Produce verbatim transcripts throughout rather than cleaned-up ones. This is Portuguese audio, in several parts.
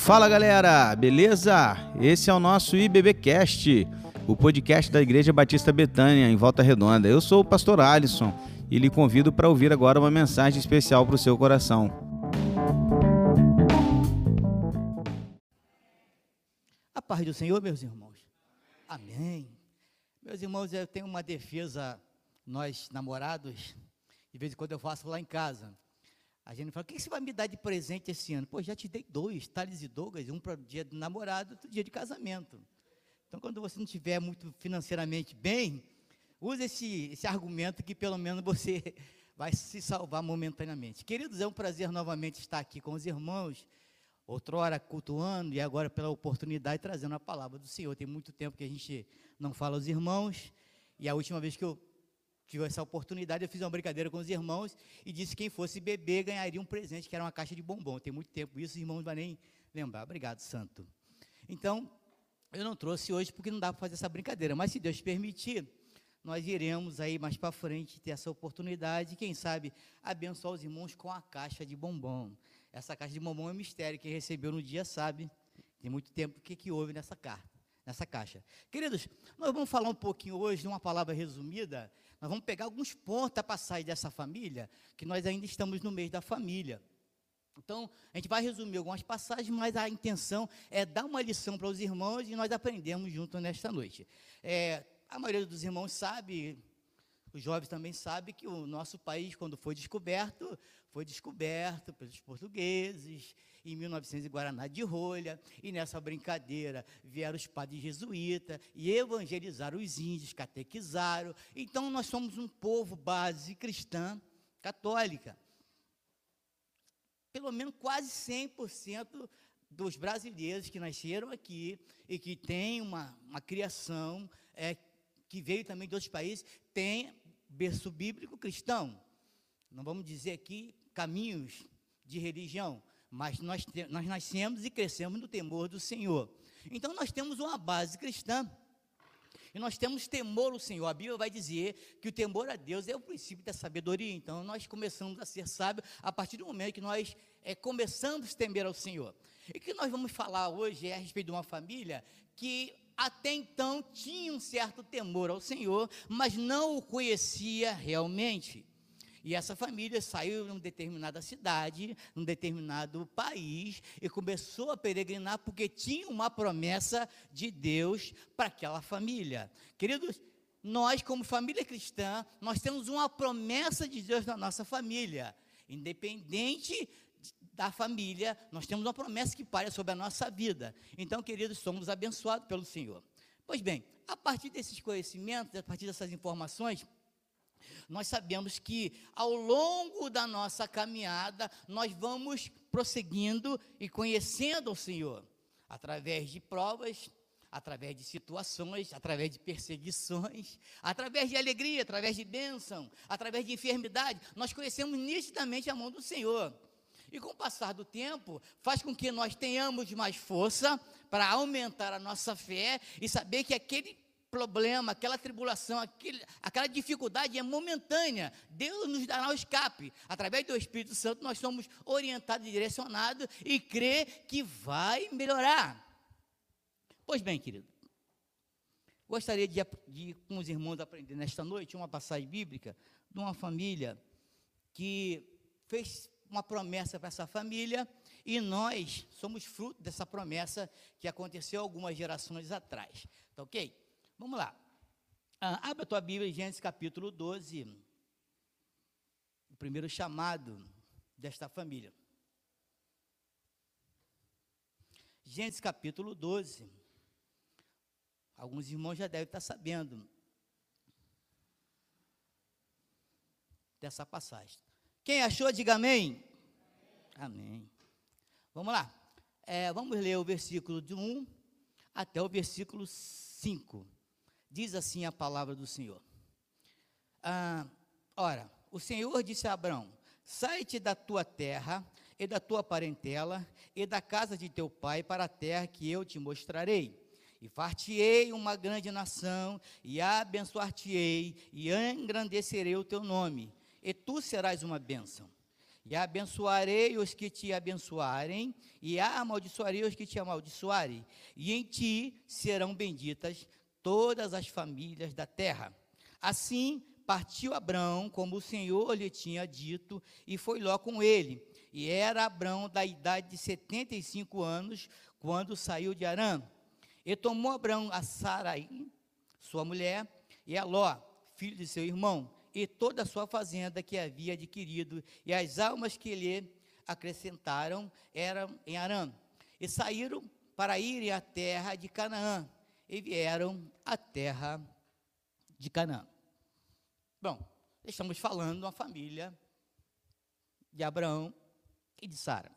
Fala galera, beleza? Esse é o nosso IBBcast, o podcast da Igreja Batista Betânia, em Volta Redonda. Eu sou o pastor Alisson e lhe convido para ouvir agora uma mensagem especial para o seu coração. A paz do Senhor, meus irmãos. Amém. Meus irmãos, eu tenho uma defesa, nós namorados, de vez em quando eu faço lá em casa. A gente fala, o que você vai me dar de presente esse ano? Pô, já te dei dois, Thales e Douglas, um para o dia de namorado, outro dia de casamento. Então, quando você não estiver muito financeiramente bem, use esse, esse argumento que pelo menos você vai se salvar momentaneamente. Queridos, é um prazer novamente estar aqui com os irmãos, outrora cultuando e agora pela oportunidade trazendo a palavra do Senhor. Tem muito tempo que a gente não fala aos irmãos, e a última vez que eu tive essa oportunidade, eu fiz uma brincadeira com os irmãos e disse que quem fosse bebê ganharia um presente, que era uma caixa de bombom. Tem muito tempo isso, os irmãos não vão nem lembrar. Obrigado, santo. Então, eu não trouxe hoje porque não dá para fazer essa brincadeira, mas se Deus permitir, nós iremos aí mais para frente ter essa oportunidade, quem sabe abençoar os irmãos com a caixa de bombom. Essa caixa de bombom é um mistério, quem recebeu no dia sabe, tem muito tempo o que, que houve nessa carta, nessa caixa. Queridos, nós vamos falar um pouquinho hoje, numa palavra resumida, nós vamos pegar alguns pontos da passagem dessa família, que nós ainda estamos no mês da família. Então, a gente vai resumir algumas passagens, mas a intenção é dar uma lição para os irmãos e nós aprendemos juntos nesta noite. É, a maioria dos irmãos sabe, os jovens também sabem, que o nosso país, quando foi descoberto, foi descoberto pelos portugueses, em mil e novecentos, em Guaraná de Rolha, e nessa brincadeira vieram os padres jesuítas e evangelizaram os índios, catequizaram. Então, nós somos um povo base cristã católica. Pelo menos quase cem por cento dos brasileiros que nasceram aqui e que têm uma, uma criação é, que veio também de outros países, tem berço bíblico cristão. Não vamos dizer aqui caminhos de religião, mas nós, nós nascemos e crescemos no temor do Senhor. Então, nós temos uma base cristã, e nós temos temor ao Senhor. A Bíblia vai dizer que o temor a Deus é o princípio da sabedoria. Então, nós começamos a ser sábios a partir do momento que nós é, começamos a temer ao Senhor. E o que nós vamos falar hoje é a respeito de uma família que até então tinha um certo temor ao Senhor, mas não o conhecia realmente. E essa família saiu em uma determinada cidade, num determinado país, e começou a peregrinar porque tinha uma promessa de Deus para aquela família. Queridos, nós como família cristã, nós temos uma promessa de Deus na nossa família. Independente da família, nós temos uma promessa que paira sobre a nossa vida. Então, queridos, somos abençoados pelo Senhor. Pois bem, a partir desses conhecimentos, a partir dessas informações, nós sabemos que ao longo da nossa caminhada, nós vamos prosseguindo e conhecendo o Senhor, através de provas, através de situações, através de perseguições, através de alegria, através de bênção, através de enfermidade, nós conhecemos nitidamente a mão do Senhor. E com o passar do tempo, faz com que nós tenhamos mais força para aumentar a nossa fé e saber que aquele problema, aquela tribulação, aquele, aquela dificuldade é momentânea. Deus nos dará o escape. Através do Espírito Santo, nós somos orientados e direcionados e crê que vai melhorar. Pois bem, querido, gostaria de, de com os irmãos aprender nesta noite uma passagem bíblica de uma família que fez uma promessa para essa família e nós somos fruto dessa promessa que aconteceu algumas gerações atrás. Tá ok? Vamos lá, ah, abre a tua Bíblia em Gênesis capítulo doze, o primeiro chamado desta família. Gênesis capítulo doze, alguns irmãos já devem estar sabendo dessa passagem. Quem achou, diga amém. Amém. Vamos lá, é, vamos ler o versículo de um até o versículo cinco. Diz assim a palavra do Senhor. Ah, ora, o Senhor disse a Abrão: sai-te da tua terra e da tua parentela e da casa de teu pai para a terra que eu te mostrarei. E far-te-ei uma grande nação, e abençoar-te-ei, e engrandecerei o teu nome, e tu serás uma bênção. E abençoarei os que te abençoarem, e amaldiçoarei os que te amaldiçoarem, e em ti serão benditas todas as famílias da terra. Assim partiu Abrão, como o Senhor lhe tinha dito, e foi Ló com ele. E era Abrão da idade de setenta e cinco anos, quando saiu de Harã. E tomou Abrão a Sarai, sua mulher, e a Ló, filho de seu irmão, e toda a sua fazenda que havia adquirido, e as almas que lhe acrescentaram eram em Harã. E saíram para irem à terra de Canaã, e vieram à terra de Canaã. Bom, estamos falando de uma família de Abraão e de Sara.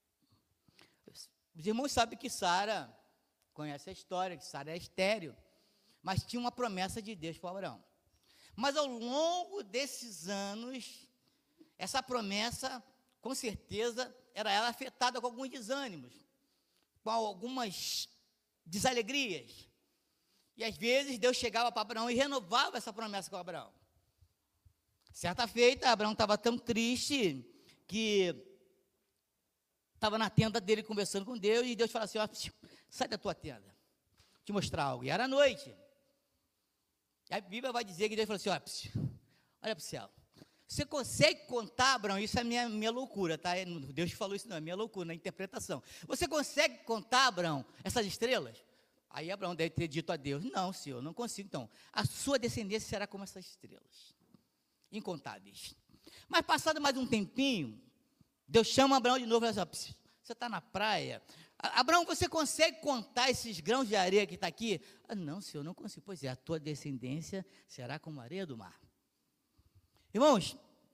Os irmãos sabem que Sara, conhece a história, que Sara é estéril, mas tinha uma promessa de Deus para Abraão. Mas ao longo desses anos, essa promessa, com certeza, era ela afetada com alguns desânimos, com algumas desalegrias. E às vezes Deus chegava para Abraão e renovava essa promessa com Abraão. Certa feita, Abraão estava tão triste que estava na tenda dele conversando com Deus, e Deus falou assim: ó, sai da tua tenda, vou te mostrar algo. E era noite. E a Bíblia vai dizer que Deus falou assim: ó, olha para o céu. Você consegue contar, Abraão? Isso é minha, minha loucura, tá? Deus falou isso, não, é minha loucura, na interpretação. Você consegue contar, Abraão, essas estrelas? Aí Abraão deve ter dito a Deus: não, Senhor, não consigo. Então, a sua descendência será como essas estrelas, incontáveis. Mas passado mais um tempinho, Deus chama Abraão de novo e fala assim: você está na praia, Abraão, você consegue contar esses grãos de areia que está aqui? Ah, não, Senhor, não consigo. Pois é, a tua descendência será como a areia do mar. Irmãos,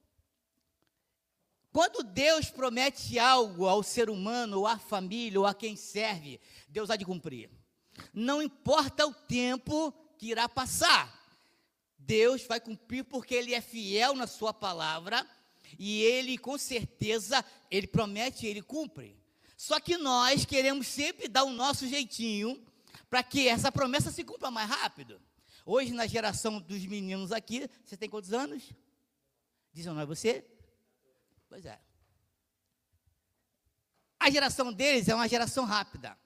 quando Deus promete algo ao ser humano, ou à família, ou a quem serve, Deus há de cumprir. Não importa o tempo que irá passar, Deus vai cumprir, porque Ele é fiel na sua palavra, e Ele, com certeza, Ele promete e Ele cumpre. Só que nós queremos sempre dar o nosso jeitinho, para que essa promessa se cumpra mais rápido. Hoje, na geração dos meninos aqui, você tem quantos anos? dezenove, você? Pois é. A geração deles é uma geração rápida.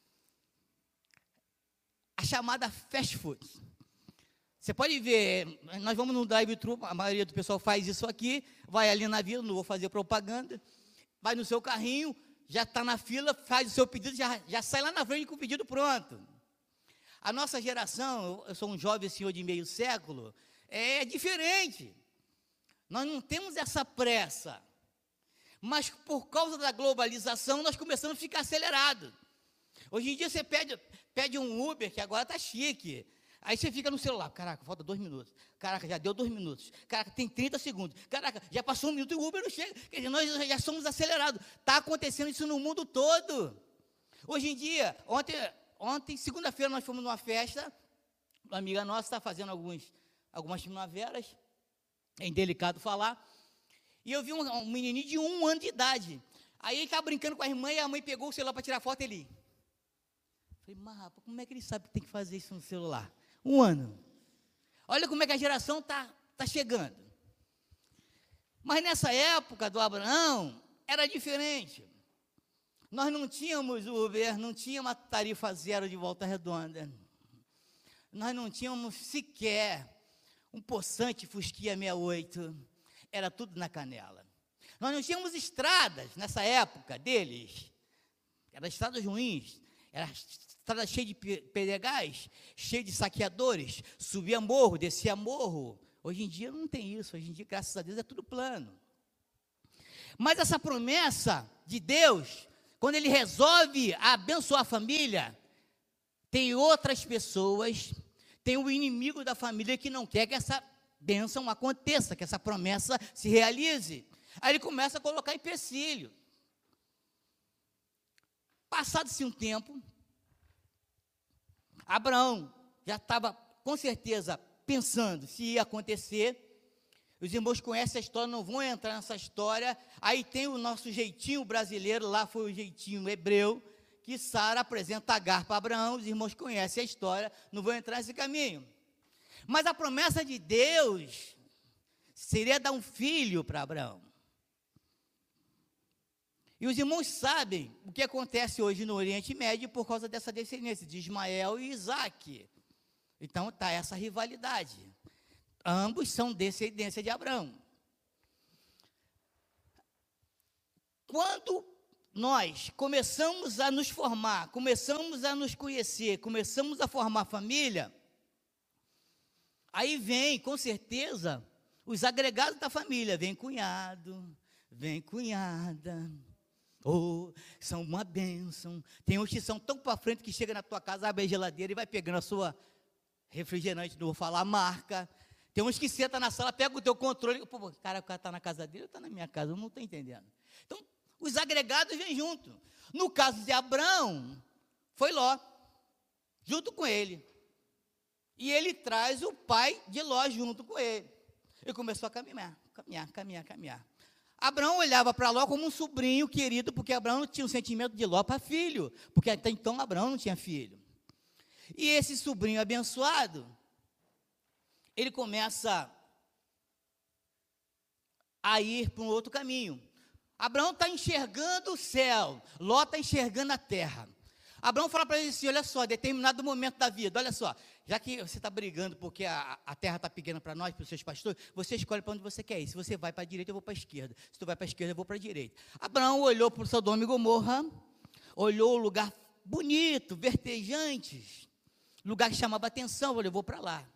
A chamada fast food. Você pode ver, nós vamos no drive-thru, a maioria do pessoal faz isso aqui, vai ali na vila, não vou fazer propaganda, vai no seu carrinho, já está na fila, faz o seu pedido, já, já sai lá na frente com o pedido pronto. A nossa geração, eu sou um jovem senhor de meio século, é diferente. Nós não temos essa pressa, mas por causa da globalização, nós começamos a ficar acelerados. Hoje em dia você pede, pede um Uber, que agora está chique, aí você fica no celular: caraca, falta dois minutos, caraca, já deu dois minutos, caraca, tem trinta segundos, caraca, já passou um minuto e o Uber não chega. Quer dizer, nós já somos acelerados. Está acontecendo isso no mundo todo. Hoje em dia, ontem, ontem segunda-feira, nós fomos numa festa, uma amiga nossa está fazendo alguns, algumas primaveras, é indelicado falar, e eu vi um, um menininho de um ano de idade, aí ele estava brincando com a irmã, e a mãe pegou o celular para tirar foto, ele... Falei: mas rapaz, como é que ele sabe que tem que fazer isso no celular? Um ano. Olha como é que a geração está tá chegando. Mas nessa época do Abraão, era diferente. Nós não tínhamos Uber, não tínhamos uma tarifa zero de Volta Redonda. Nós não tínhamos sequer um poçante Fusquia sessenta e oito. Era tudo na canela. Nós não tínhamos estradas nessa época deles. Eram estradas ruins. Era estrada cheia de pedregais, cheia de saqueadores, subia morro, descia morro. Hoje em dia não tem isso, hoje em dia, graças a Deus, é tudo plano. Mas essa promessa de Deus, quando Ele resolve abençoar a família, tem outras pessoas, tem o inimigo da família que não quer que essa bênção aconteça, que essa promessa se realize. Aí ele começa a colocar empecilho. Passado-se um tempo, Abraão já estava, com certeza, pensando se ia acontecer. Os irmãos conhecem a história, não vão entrar nessa história. Aí tem o nosso jeitinho brasileiro, lá foi o jeitinho hebreu, que Sara apresenta Agar para Abraão. Os irmãos conhecem a história, não vão entrar nesse caminho. Mas a promessa de Deus seria dar um filho para Abraão. E os irmãos sabem o que acontece hoje no Oriente Médio por causa dessa descendência de Ismael e Isaque. Então está essa rivalidade. Ambos são descendência de Abraão. Quando nós começamos a nos formar, começamos a nos conhecer, começamos a formar família, aí vem, com certeza, os agregados da família. Vem cunhado, vem cunhada, oh, são uma bênção. Tem uns que são tão para frente que chega na tua casa, abre a geladeira e vai pegando a sua refrigerante, não vou falar a marca. Tem uns que senta na sala, pega o teu controle, pô, cara, o cara está na casa dele ou está na minha casa? Eu não estou entendendo. Então, os agregados vêm junto. No caso de Abraão, foi Ló, junto com ele. E ele traz o pai de Ló junto com ele. Ele começou a caminhar, caminhar, caminhar, caminhar. Abraão olhava para Ló como um sobrinho querido, porque Abraão não tinha um sentimento de Ló para filho, porque até então Abraão não tinha filho. E esse sobrinho abençoado, ele começa a ir para um outro caminho. Abraão está enxergando o céu, Ló está enxergando a terra. Abraão fala para ele assim, olha só, determinado momento da vida, olha só, já que você está brigando porque a, a terra está pequena para nós, para os seus pastores, você escolhe para onde você quer ir. Se você vai para a direita, eu vou para a esquerda. Se tu vai para a esquerda, eu vou para a direita. Abraão olhou para o Sodoma e Gomorra, olhou o lugar bonito, verdejantes, lugar que chamava atenção, falou, eu vou para lá.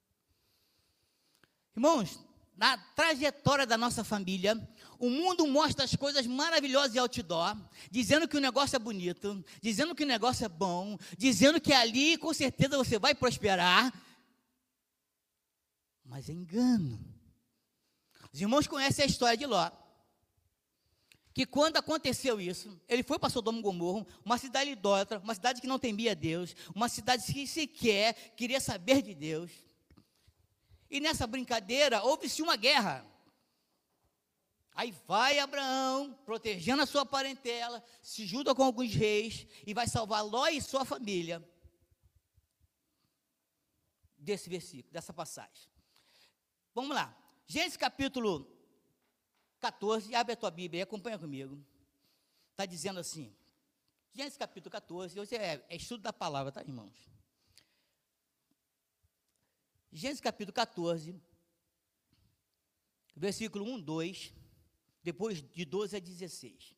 Irmãos, na trajetória da nossa família, o mundo mostra as coisas maravilhosas e outdoor, dizendo que o negócio é bonito, dizendo que o negócio é bom, dizendo que ali com certeza você vai prosperar, mas é engano. Os irmãos conhecem a história de Ló, que quando aconteceu isso, ele foi para Sodoma e Gomorra, uma cidade idólatra, uma cidade que não temia Deus, uma cidade que sequer queria saber de Deus. E nessa brincadeira, houve-se uma guerra. Aí vai Abraão, protegendo a sua parentela, se junta com alguns reis, e vai salvar Ló e sua família. Desse versículo, dessa passagem. Vamos lá. Gênesis capítulo catorze, abre a tua Bíblia e acompanha comigo. Está dizendo assim, Gênesis capítulo catorze, hoje é, é estudo da palavra, tá, irmãos? Gênesis capítulo catorze, versículo um, dois, depois de doze a dezesseis.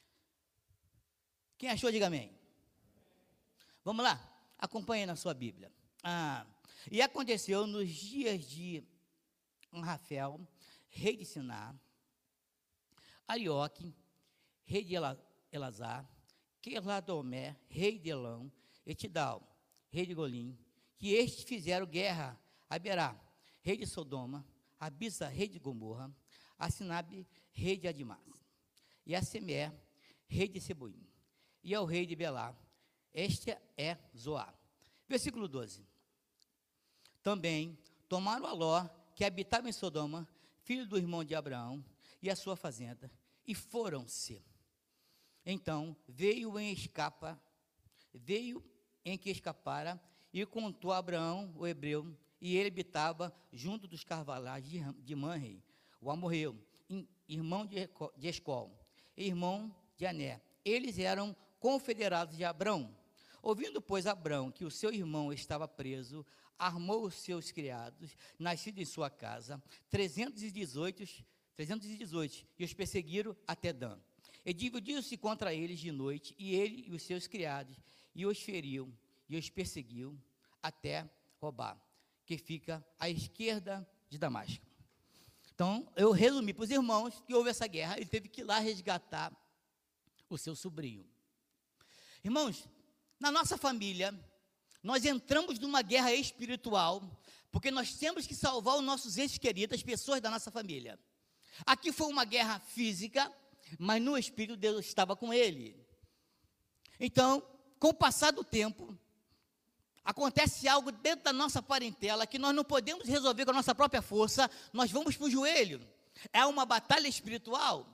Quem achou, diga amém. Vamos lá, acompanhe na sua Bíblia. Ah, e aconteceu nos dias de Rafael, rei de Siná, Arioque, rei de Elazar, Queladomé, rei de Elão, Etidal, rei de Golim, que estes fizeram guerra a Berá, rei de Sodoma, a Bisa, rei de Gomorra, a Sinabe, rei de Adimás, e a Semé, rei de Seboim, e ao rei de Belá. Este é Zoar. Versículo doze. Também tomaram a Ló, que habitava em Sodoma, filho do irmão de Abraão, e a sua fazenda, e foram-se. Então veio em escapa, veio em que escapara, e contou a Abraão, o hebreu, e ele habitava junto dos carvalhais de Manre, o amorreu, irmão de Escol, irmão de Ané. Eles eram confederados de Abrão. Ouvindo, pois, Abrão que o seu irmão estava preso, armou os seus criados, nascidos em sua casa, trezentos e dezoito, trezentos e dezoito, e os perseguiram até Dan. E dividiu-se contra eles de noite, e ele e os seus criados, e os feriu, e os perseguiu até Robá, que fica à esquerda de Damasco. Então, eu resumi para os irmãos que houve essa guerra, ele teve que ir lá resgatar o seu sobrinho. Irmãos, na nossa família, nós entramos numa guerra espiritual, porque nós temos que salvar os nossos entes queridos, as pessoas da nossa família. Aqui foi uma guerra física, mas no espírito Deus estava com ele. Então, com o passar do tempo, acontece algo dentro da nossa parentela que nós não podemos resolver com a nossa própria força, nós vamos para o joelho. É uma batalha espiritual,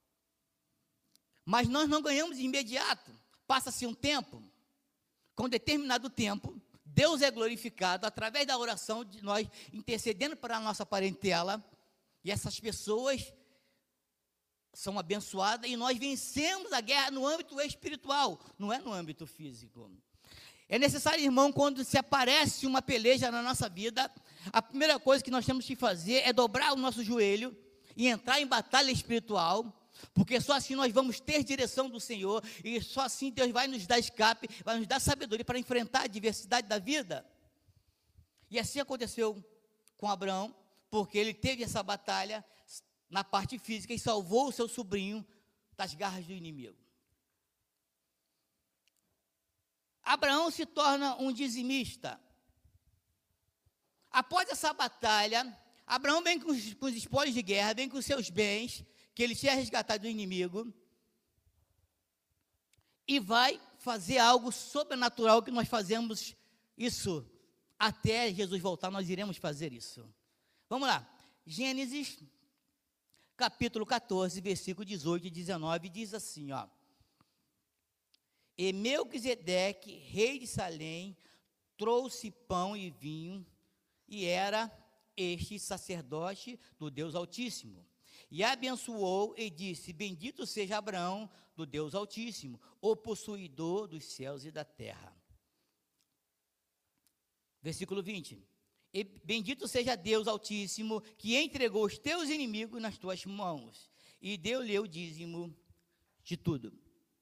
mas nós não ganhamos de imediato. Passa-se um tempo, com determinado tempo, Deus é glorificado através da oração de nós intercedendo para a nossa parentela, e essas pessoas são abençoadas e nós vencemos a guerra no âmbito espiritual, não é no âmbito físico. É necessário, irmão, quando se aparece uma peleja na nossa vida, a primeira coisa que nós temos que fazer é dobrar o nosso joelho e entrar em batalha espiritual, porque só assim nós vamos ter direção do Senhor, e só assim Deus vai nos dar escape, vai nos dar sabedoria para enfrentar a adversidade da vida. E assim aconteceu com Abraão, porque ele teve essa batalha na parte física e salvou o seu sobrinho das garras do inimigo. Abraão se torna um dizimista. Após essa batalha, Abraão vem com os, com os espólios de guerra, vem com os seus bens, que ele tinha resgatado do inimigo, e vai fazer algo sobrenatural, que nós fazemos isso até Jesus voltar, nós iremos fazer isso. Vamos lá, Gênesis, capítulo catorze, versículo dezoito e dezenove, diz assim, ó: E Melquisedeque, rei de Salém, trouxe pão e vinho, e era este sacerdote do Deus Altíssimo. E abençoou e disse: Bendito seja Abraão do Deus Altíssimo, o possuidor dos céus e da terra. Versículo vinte. E bendito seja Deus Altíssimo, que entregou os teus inimigos nas tuas mãos, e deu-lhe o dízimo de tudo.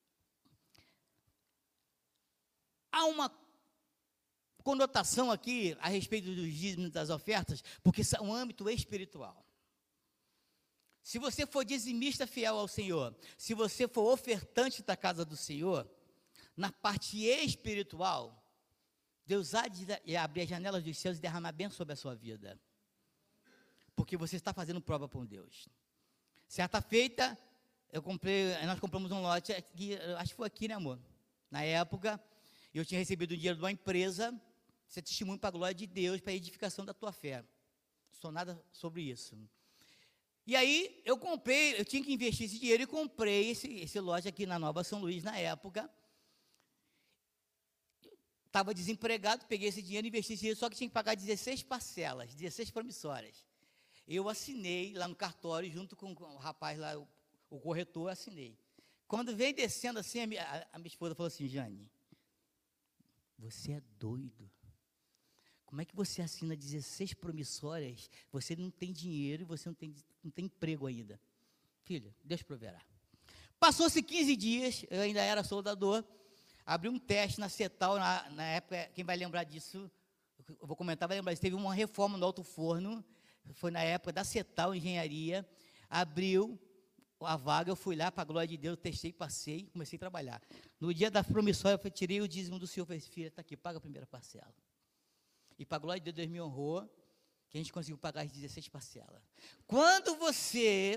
Há uma conotação aqui a respeito dos dízimos das ofertas, porque são um âmbito espiritual. Se você for dizimista fiel ao Senhor, se você for ofertante da casa do Senhor, na parte espiritual, Deus há de abrir as janelas dos céus e derramar bênção sobre a sua vida, porque você está fazendo prova com Deus. Certa feita, eu comprei, nós compramos um lote, aqui, acho que foi aqui, né, amor? Na época, eu tinha recebido o dinheiro de uma empresa, isso é testemunho para a glória de Deus, para a edificação da tua fé. Não sou nada sobre isso. E aí, eu comprei, eu tinha que investir esse dinheiro e comprei esse, esse lote aqui na Nova São Luís, na época. Estava desempregado, peguei esse dinheiro e investi esse dinheiro, só que tinha que pagar dezesseis parcelas, dezesseis promissórias. Eu assinei lá no cartório, junto com o rapaz lá, o, o corretor, assinei. Quando vem descendo assim, a minha, a minha esposa falou assim: Jane, você é doido. Como é que você assina dezesseis promissórias, você não tem dinheiro e você não tem, não tem emprego ainda? Filha, Deus proverá. Passou-se quinze dias, eu ainda era soldador, abri um teste na CETAL, na, na época, quem vai lembrar disso, eu vou comentar, vai lembrar disso, teve uma reforma no alto forno, foi na época da CETAL Engenharia, abriu a vaga, eu fui lá, para a glória de Deus, testei, passei, comecei a trabalhar. No dia da promissória, eu tirei o dízimo do senhor, falei: filha, está aqui, paga a primeira parcela. E para a glória de Deus, Deus me honrou, que a gente conseguiu pagar as dezesseis parcelas. Quando você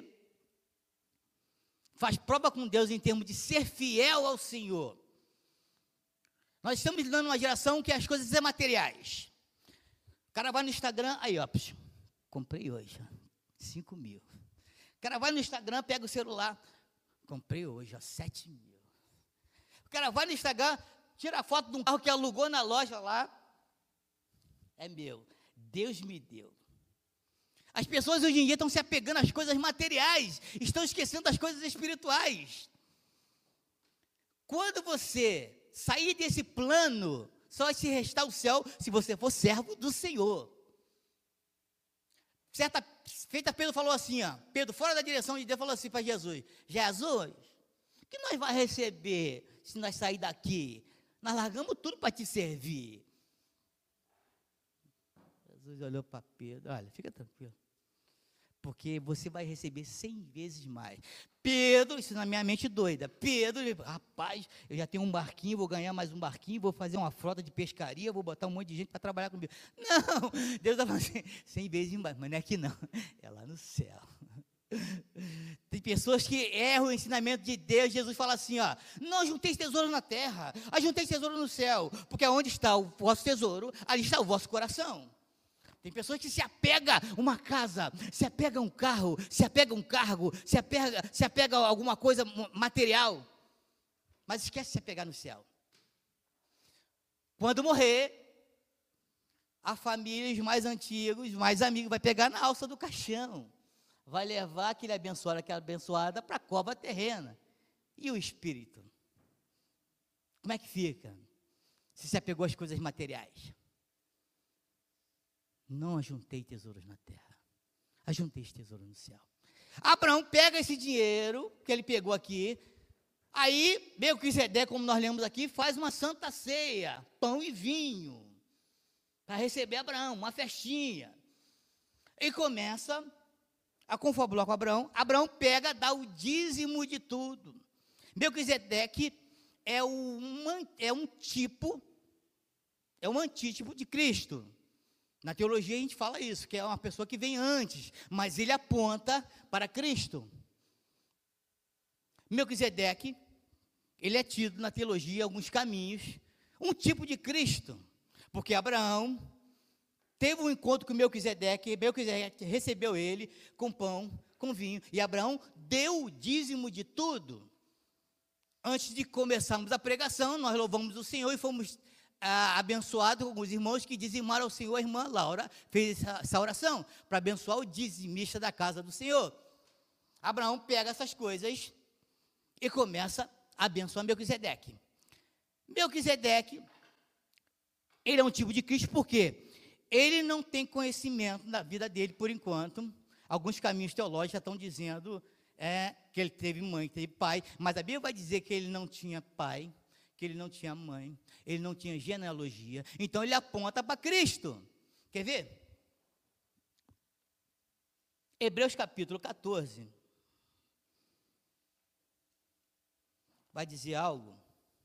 faz prova com Deus em termos de ser fiel ao Senhor, nós estamos lidando uma geração que as coisas são materiais. O cara vai no Instagram, aí ó, psh, comprei hoje, ó, cinco mil. O cara vai no Instagram, pega o celular, comprei hoje, ó, sete mil. O cara vai no Instagram, tira a foto de um carro que alugou na loja lá, é meu, Deus me deu. As pessoas hoje em dia estão se apegando às coisas materiais, estão esquecendo das coisas espirituais. Quando você sair desse plano, só vai se restar o céu se você for servo do Senhor. Certa feita, Pedro falou assim, ó, Pedro, fora da direção de Deus, falou assim para Jesus: Jesus, o que nós vamos receber se nós sair daqui? Nós largamos tudo para te servir. Jesus olhou para Pedro: olha, fica tranquilo, porque você vai receber cem vezes mais. Pedro, isso na minha mente doida, Pedro, rapaz, eu já tenho um barquinho, vou ganhar mais um barquinho, vou fazer uma frota de pescaria, vou botar um monte de gente para trabalhar comigo. Não, Deus está falando assim, cem vezes mais, mas não é aqui não, é lá no céu. Tem pessoas que erram o ensinamento de Deus. Jesus fala assim, ó: não junteis tesouro na terra, ajunteis tesouro no céu, porque onde está o vosso tesouro, ali está o vosso coração. Tem pessoas que se apega a uma casa, se apega a um carro, se apega a um cargo, se apega, se apega a alguma coisa material, mas esquece de se apegar no céu. Quando morrer, a família, os mais antigos, os mais amigos, vai pegar na alça do caixão. vai levar aquele abençoado, aquela abençoada para a cova terrena. E o espírito? Como é que fica? Se se apegou às coisas materiais. Não ajuntei tesouros na terra, ajuntei tesouros no céu. Abraão pega esse dinheiro que ele pegou aqui, aí Melquisedeque, como nós lemos aqui, faz uma santa ceia, pão e vinho, para receber Abraão, uma festinha. E começa a confabular com Abraão. Abraão pega, dá o dízimo de tudo. Melquisedeque é um, é um tipo, é um antítipo de Cristo. Na teologia a gente fala isso, que é uma pessoa que vem antes, mas ele aponta para Cristo. Melquisedeque, ele é tido na teologia, alguns caminhos, um tipo de Cristo, porque Abraão teve um encontro com Melquisedeque, Melquisedeque recebeu ele com pão, com vinho, e Abraão deu o dízimo de tudo. Antes de começarmos a pregação, nós louvamos o Senhor e fomos ah, abençoados com os irmãos que dizimaram ao Senhor. A irmã Laura fez essa, essa oração para abençoar o dizimista da casa do Senhor. Abraão pega essas coisas e começa a abençoar Melquisedeque. Melquisedeque, ele é um tipo de Cristo, por quê? Ele não tem conhecimento da vida dele por enquanto. Alguns caminhos teológicos já estão dizendo é, que ele teve mãe, teve pai, mas a Bíblia vai dizer que ele não tinha pai, que ele não tinha mãe, ele não tinha genealogia, então ele aponta para Cristo. Quer ver? Hebreus capítulo catorze, vai dizer algo.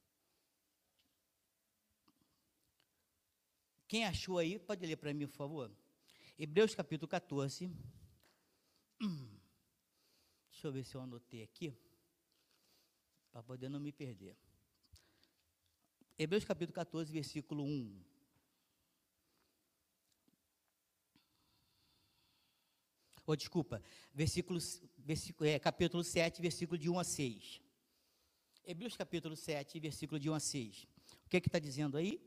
Quem achou aí, pode ler para mim, por favor. Hebreus capítulo catorze. Hum, deixa eu ver se eu anotei aqui, para poder não me perder. Hebreus capítulo catorze, versículo um. Oh, desculpa, versículo, versículo, é, capítulo sete, versículo de um a seis. Hebreus capítulo sete, versículo de um a seis. O que é que está dizendo aí?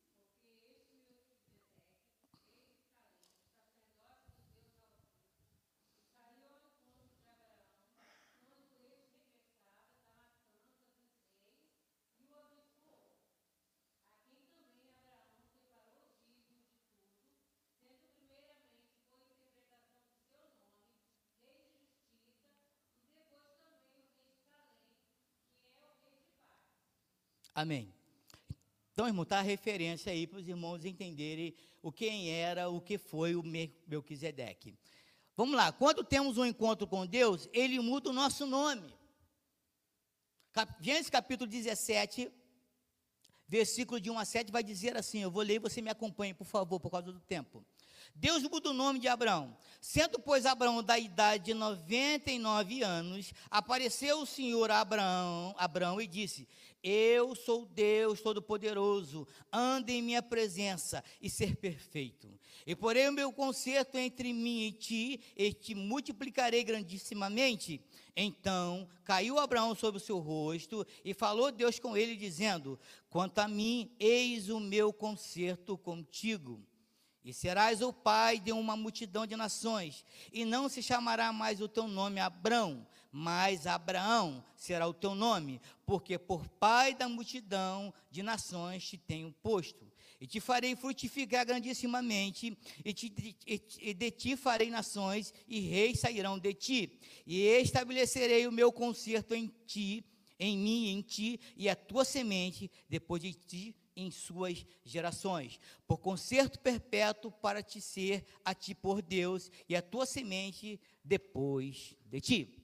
Amém. Então, irmão, está a referência aí para os irmãos entenderem o quem era, o que foi o Melquisedeque. Vamos lá, quando temos um encontro com Deus, ele muda o nosso nome. Gênesis capítulo dezessete, versículo de um a sete, vai dizer assim, eu vou ler e você me acompanhe, por favor, por causa do tempo. Deus muda o nome de Abraão. Sendo, pois, Abraão da idade de noventa e nove anos, apareceu o Senhor a Abraão, Abraão e disse, eu sou Deus Todo-Poderoso, anda em minha presença e ser perfeito. E porém o meu conserto entre mim e ti, e te multiplicarei grandissimamente. Então caiu Abraão sobre o seu rosto, e falou Deus com ele, dizendo, quanto a mim, eis o meu conserto contigo. E serás o pai de uma multidão de nações, e não se chamará mais o teu nome Abrão, mas Abraão será o teu nome, porque por pai da multidão de nações te tenho posto. E te farei frutificar grandissimamente, e, te, e, e de ti farei nações, e reis sairão de ti. E estabelecerei o meu conserto em ti, em mim e em ti, e a tua semente, depois de ti, em suas gerações, por conserto perpétuo para te ser a ti por Deus, e a tua semente depois de ti.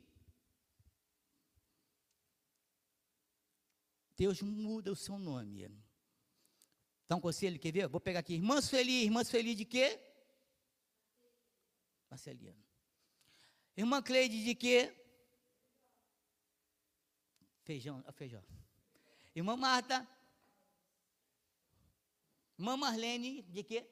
Deus muda o seu nome. Então, conselho, quer ver? Vou pegar aqui, irmã Sueli, irmã Sueli de quê? Marcelino. Irmã Cleide de quê? Feijão, feijão. Irmã Marta? Irmã Marlene, de quê?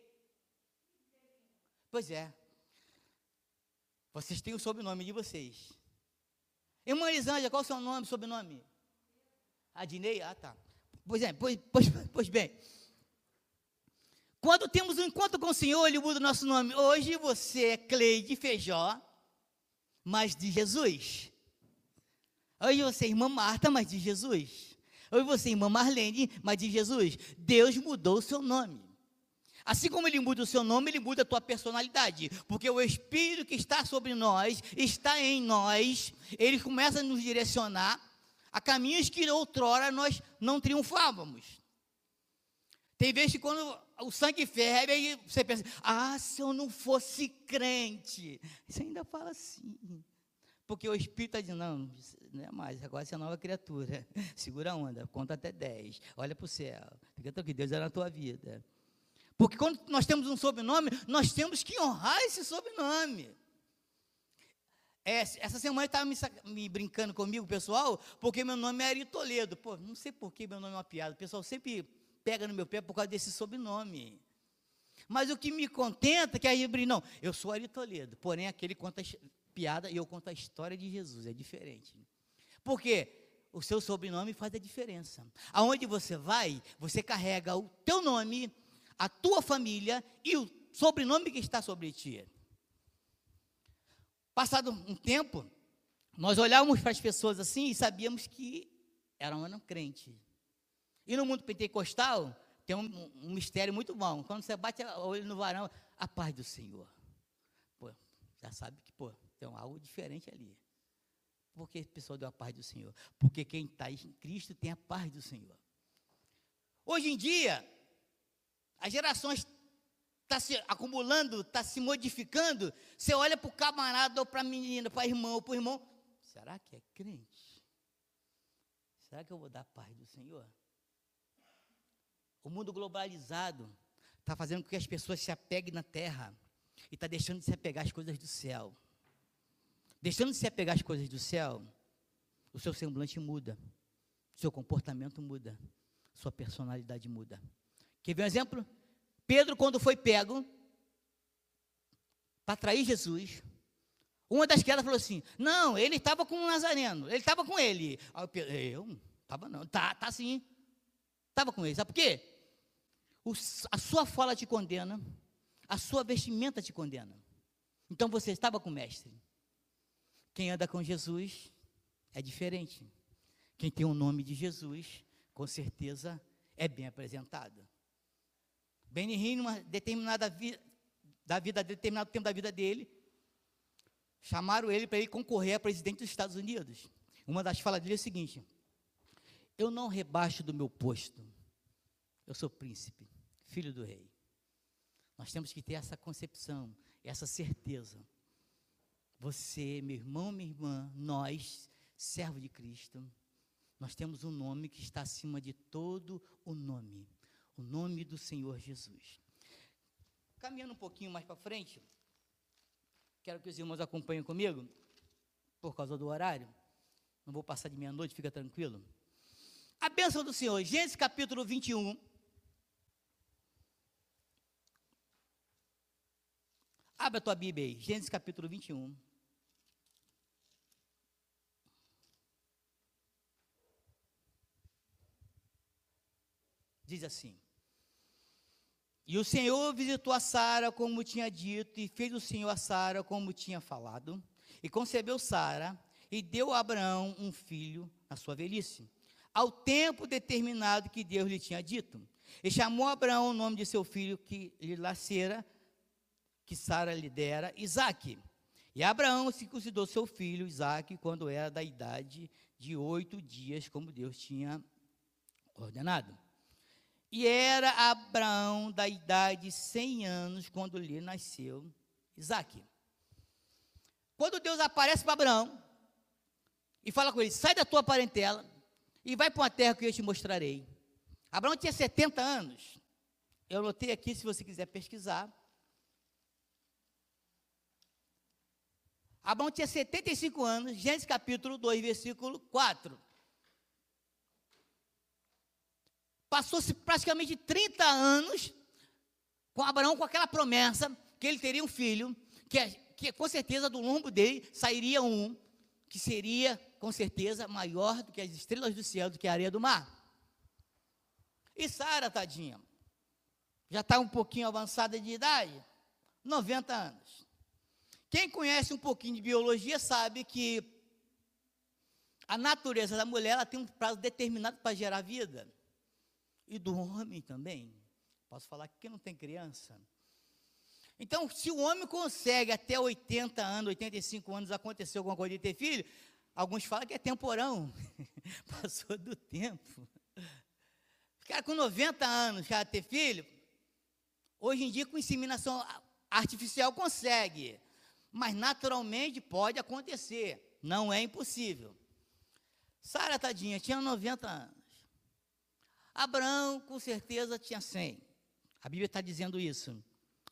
Pois é. Vocês têm o sobrenome de vocês. Irmã Elisângela, qual é o seu nome, sobrenome? Adinei? Ah, tá. Pois é, pois, pois, pois bem. Quando temos um encontro com o Senhor, Ele muda o nosso nome. Hoje você é Cleide Feijó. mas de Jesus. Hoje você é irmã Marta, mas de Jesus. Hoje você é irmã Marlene, mas de Jesus. Deus mudou o seu nome. Assim como Ele muda o seu nome, Ele muda a tua personalidade, porque o Espírito que está sobre nós, está em nós, Ele começa a nos direcionar a caminhos que outrora nós não triunfávamos. Tem vezes que quando o sangue ferve, aí você pensa, ah, se eu não fosse crente, você ainda fala assim, porque o Espírito está dizendo, não, não é mais, agora você é nova criatura, segura a onda, conta até dez, olha para o céu, fica tranquilo, Deus é na tua vida. Porque quando nós temos um sobrenome, nós temos que honrar esse sobrenome. É, essa semana estava me, me brincando comigo, pessoal, porque meu nome é Ari Toledo. Pô, não sei por que meu nome é uma piada. O pessoal sempre pega no meu pé por causa desse sobrenome. Mas o que me contenta é que aí eu brinco, não, eu sou Ari Toledo, porém aquele conta piada e eu conto a história de Jesus, é diferente. Por quê? O seu sobrenome faz a diferença. Aonde você vai, você carrega o teu nome, a tua família e o sobrenome que está sobre ti. Passado um tempo, nós olhávamos para as pessoas assim e sabíamos que eram não crentes. E no mundo pentecostal, tem um, um mistério muito bom. Quando você bate o olho no varão, a paz do Senhor. Pô, já sabe que, pô, tem algo diferente ali. Por que a pessoa deu a paz do Senhor? Porque quem está em Cristo tem a paz do Senhor. Hoje em dia, as gerações estão se acumulando, estão se modificando. Você olha para o camarada ou para a menina, para o irmão ou para o irmão. Será que é crente? Será que eu vou dar a paz do Senhor? O mundo globalizado está fazendo com que as pessoas se apeguem na terra e está deixando de se apegar às coisas do céu. Deixando de se apegar às coisas do céu, o seu semblante muda, o seu comportamento muda, sua personalidade muda. Quer ver um exemplo? Pedro, quando foi pego para trair Jesus, uma das quedas falou assim, não, ele estava com o Nazareno, ele estava com ele. Aí Pedro, eu estava não, tá, tá sim, estava com ele, sabe por quê? O, a sua fala te condena, a sua vestimenta te condena. Então você estava com o mestre. Quem anda com Jesus é diferente. Quem tem o nome de Jesus, com certeza, é bem apresentado. Benny numa determinada vida, da vida, determinado tempo da vida dele, chamaram ele para ele concorrer a presidente dos Estados Unidos. Uma das falas dele é a seguinte, eu não rebaixo do meu posto, eu sou príncipe, filho do rei. Nós temos que ter essa concepção, essa certeza. Você, meu irmão, minha irmã, nós, servo de Cristo, nós temos um nome que está acima de todo o nome, o nome do Senhor Jesus. Caminhando um pouquinho mais para frente, quero que os irmãos acompanhem comigo, por causa do horário, não vou passar de meia-noite, fica tranquilo. A bênção do Senhor, Gênesis capítulo vinte e um, abre a tua Bíblia aí, Gênesis capítulo vinte e um. Diz assim, e o Senhor visitou a Sara como tinha dito, e fez o Senhor a Sara como tinha falado, e concebeu Sara, e deu a Abraão um filho na sua velhice, ao tempo determinado que Deus lhe tinha dito. E chamou Abraão o nome de seu filho que lhe nascera, que Sara lhe dera, Isaque. E Abraão circuncidou seu filho, Isaque, quando era da idade de oito dias, como Deus tinha ordenado. E era Abraão da idade de cem anos, quando lhe nasceu Isaque. Quando Deus aparece para Abraão, e fala com ele, sai da tua parentela, e vai para uma terra que eu te mostrarei. Abraão tinha setenta anos, eu anotei aqui, se você quiser pesquisar. Abraão tinha setenta e cinco anos, Gênesis capítulo dois, versículo quatro. Passou-se praticamente trinta anos com Abraão, com aquela promessa que ele teria um filho, que, que com certeza do lombo dele sairia um, que seria com certeza maior do que as estrelas do céu, do que a areia do mar. E Sara, tadinha, já está um pouquinho avançada de idade, noventa anos. Quem conhece um pouquinho de biologia sabe que a natureza da mulher ela tem um prazo determinado para gerar vida. E do homem também. Posso falar que quem não tem criança. Então, se o homem consegue até oitenta anos, oitenta e cinco anos acontecer alguma coisa de ter filho, alguns falam que é temporão. Passou do tempo. Os caras com noventa anos já ter filho, hoje em dia com inseminação artificial consegue. Mas naturalmente pode acontecer. Não é impossível. Sara, tadinha, tinha noventa anos. Abraão, com certeza, tinha cem. A Bíblia está dizendo isso.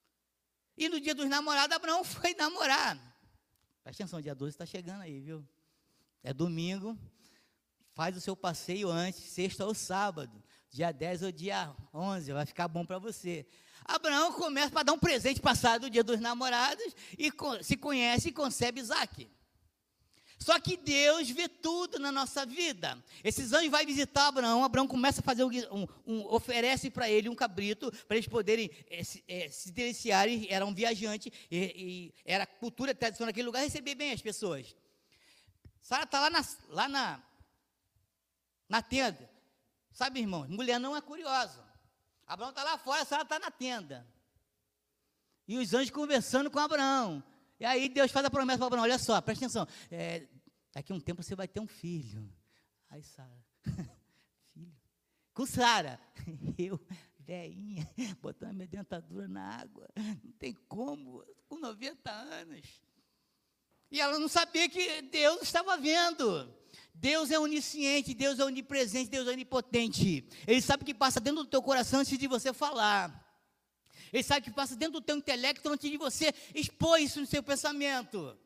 E no dia dos namorados, Abraão foi namorar. Presta atenção, dia doze está chegando aí, viu? É domingo, faz o seu passeio antes, sexta ou sábado. Dia dez ou dia onze, vai ficar bom para você. Abraão começa para dar um presente passado do dia dos namorados e se conhece e concebe Isaque. Só que Deus vê tudo na nossa vida. Esses anjos vão visitar Abraão. Abraão começa a fazer um, um, um oferece para ele um cabrito, para eles poderem é, se, é, se deliciarem. Era um viajante, e, e era cultura tradição naquele lugar, receber bem as pessoas. Sara está lá, na, lá na, na tenda. Sabe, irmão, mulher não é curiosa. Abraão está lá fora, Sara está na tenda. E os anjos conversando com Abraão. E aí Deus faz a promessa para Abraão, olha só, presta atenção, é, daqui a um tempo você vai ter um filho. Aí Sara, filho? Com Sara, eu, velhinha, botando a minha dentadura na água, não tem como, com noventa anos. E ela não sabia que Deus estava vendo. Deus é onisciente, Deus é onipresente, Deus é onipotente. Ele sabe o que passa dentro do teu coração antes de você falar. Ele sabe o que passa dentro do teu intelecto antes de você expor isso no seu pensamento.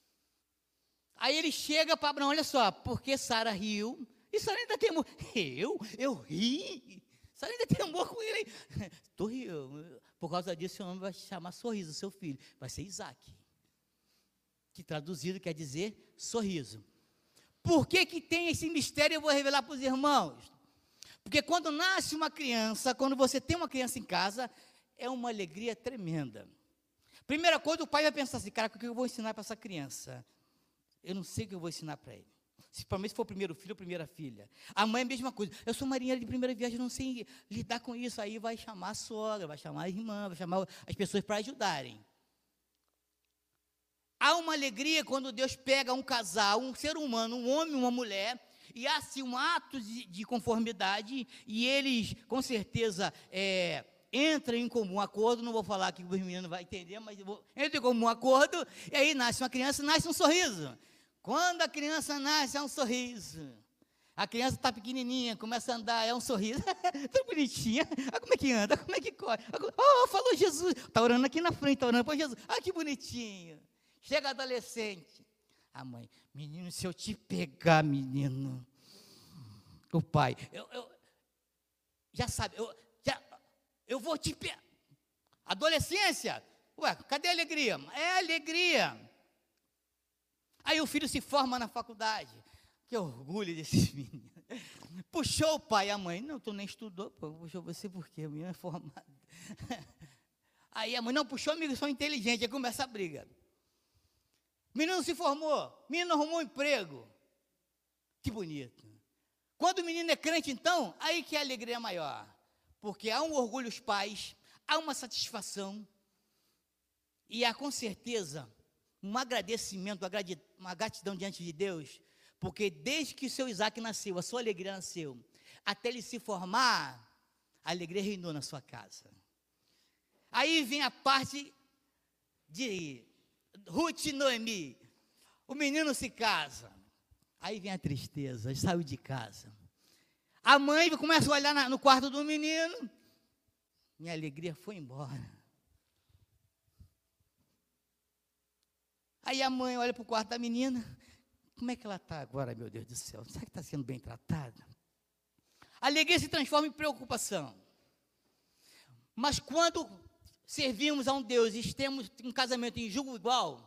Aí ele chega para Abraão, olha só, porque Sara riu, e Sara ainda tem amor. Eu? Eu ri? Sara ainda tem amor com ele. Estou rindo. Por causa disso, seu nome vai chamar Sorriso, seu filho. Vai ser Isaque. Que traduzido quer dizer sorriso. Por que que tem esse mistério? Eu vou revelar para os irmãos. Porque quando nasce uma criança, quando você tem uma criança em casa, é uma alegria tremenda. Primeira coisa, o pai vai pensar assim, cara, o que eu vou ensinar para essa criança? Eu não sei o que eu vou ensinar para ele. Se para mim se for o primeiro filho ou primeira filha. A mãe é a mesma coisa. Eu sou marinheira de primeira viagem, não sei lidar com isso. Aí vai chamar a sogra, vai chamar a irmã, vai chamar as pessoas para ajudarem. Há uma alegria quando Deus pega um casal, um ser humano, um homem e uma mulher, e há assim um ato de, de conformidade, e eles, com certeza, é, entram em comum acordo. Não vou falar que os meninos vão entender, mas eu vou, entram em comum acordo, e aí nasce uma criança, nasce um sorriso. Quando a criança nasce, é um sorriso. A criança está pequenininha, começa a andar, é um sorriso. Tão bonitinha. Olha como é que anda, como é que corre. Oh, falou Jesus. Está orando aqui na frente, está orando para Jesus. Ah, que bonitinho. Chega adolescente. A mãe, menino, se eu te pegar, menino. O pai, eu, eu já sabe, eu, já, eu vou te pegar. Adolescência. Ué, cadê a alegria? É alegria. Aí o filho se forma na faculdade. Que orgulho desses meninos. Puxou o pai e a mãe. Não, tu nem estudou, pô. Puxou você por quê? O menino é formado. Aí a mãe, não, puxou, amigo, sou inteligente. Aí começa a briga. Menino se formou, menino arrumou um emprego. Que bonito. Quando o menino é crente, então, aí que a alegria é maior. Porque há um orgulho os pais, há uma satisfação, e há com certeza um agradecimento, uma gratidão diante de Deus, porque desde que o seu Isaque nasceu, a sua alegria nasceu, até ele se formar, a alegria reinou na sua casa. Aí vem a parte de Ruth e Noemi, o menino se casa, aí vem a tristeza, saiu de casa, a mãe começa a olhar na, no quarto do menino, minha alegria foi embora. Aí a mãe olha para o quarto da menina, como é que ela está agora, meu Deus do céu, será que está sendo bem tratada? A alegria se transforma em preocupação, mas quando servimos a um Deus e temos um casamento em julgo igual,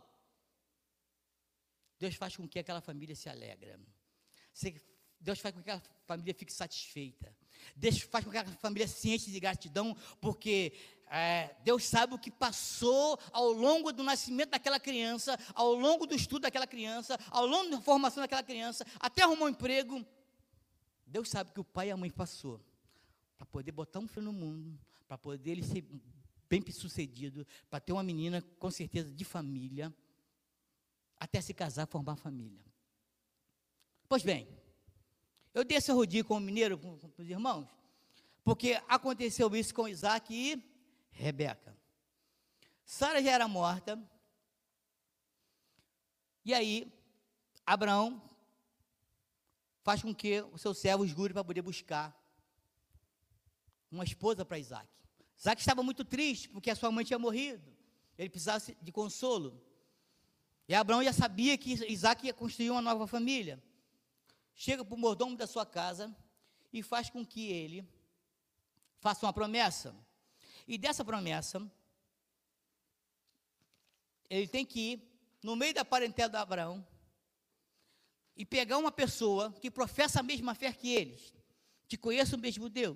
Deus faz com que aquela família se alegre. Deus faz com que aquela família fique satisfeita. Deus faz com que aquela família se enche de gratidão, porque É, Deus sabe o que passou ao longo do nascimento daquela criança, ao longo do estudo daquela criança, ao longo da formação daquela criança, até arrumar um emprego. Deus sabe o que o pai e a mãe passou para poder botar um filho no mundo, para poder ele ser bem sucedido, para ter uma menina com certeza de família, até se casar, formar família. Pois bem, eu dei essa rodinha com o mineiro, com, com os irmãos, porque aconteceu isso com Isaac e Rebeca. Sara já era morta, e aí Abraão faz com que o seu servo jure para poder buscar uma esposa para Isaac. Isaac estava muito triste, porque a sua mãe tinha morrido, ele precisava de consolo, e Abraão já sabia que Isaac ia construir uma nova família. Chega para o mordomo da sua casa, e faz com que ele faça uma promessa, e dessa promessa, ele tem que ir no meio da parentela de Abraão, e pegar uma pessoa que professa a mesma fé que eles, que conhece o mesmo Deus.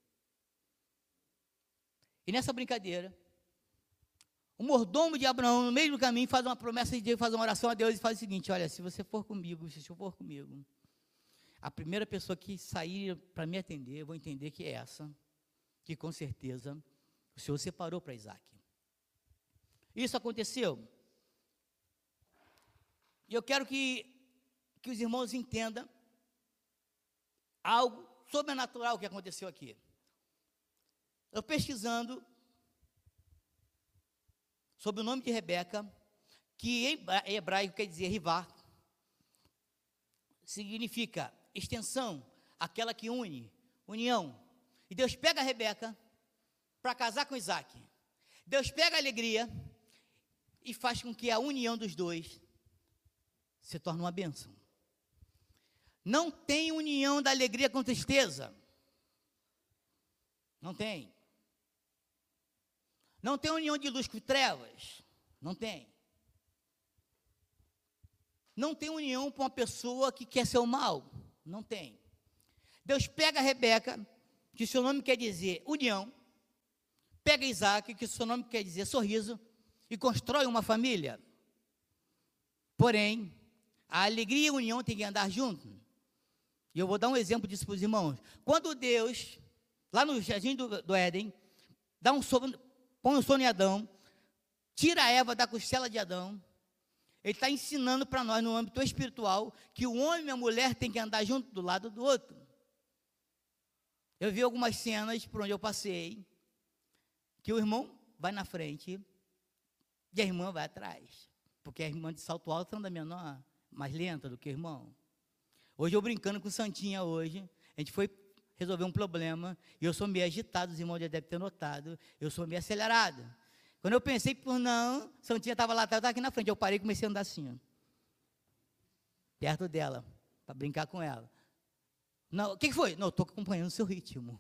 E nessa brincadeira, o mordomo de Abraão, no meio do caminho, faz uma promessa de Deus, faz uma oração a Deus e faz o seguinte: olha, se você for comigo, se eu for comigo, a primeira pessoa que sair para me atender, eu vou entender que é essa, que com certeza o Senhor separou para Isaac. Isso aconteceu. E eu quero que, que os irmãos entendam algo sobrenatural que aconteceu aqui. Eu pesquisando sobre o nome de Rebeca, que em hebraico quer dizer rivar, significa extensão, aquela que une, união. E Deus pega a Rebeca para casar com Isaac. Deus pega a alegria e faz com que a união dos dois se torne uma bênção. Não tem união da alegria com tristeza. Não tem. Não tem união de luz com trevas. Não tem. Não tem união com uma pessoa que quer ser o mal. Não tem. Deus pega a Rebeca, que seu nome quer dizer união, pega Isaac, que seu nome quer dizer sorriso, e constrói uma família. Porém, a alegria e a união tem que andar junto. E eu vou dar um exemplo disso para os irmãos. Quando Deus, lá no jardim do, do Éden, dá um sono, põe um sono em Adão, tira a Eva da costela de Adão, ele está ensinando para nós, no âmbito espiritual, que o homem e a mulher têm que andar junto do lado do outro. Eu vi algumas cenas por onde eu passei, que o irmão vai na frente e a irmã vai atrás, porque a irmã de salto alto anda menor, mais lenta do que o irmão. Hoje eu brincando com Santinha hoje, a gente foi resolver um problema, e eu sou meio agitado, os irmãos já devem ter notado, eu sou meio acelerado. Quando eu pensei, por não, Santinha estava lá atrás, eu estava aqui na frente, eu parei e comecei a andar assim, ó, perto dela, para brincar com ela. Não, o que foi? Não, eu estou acompanhando o seu ritmo.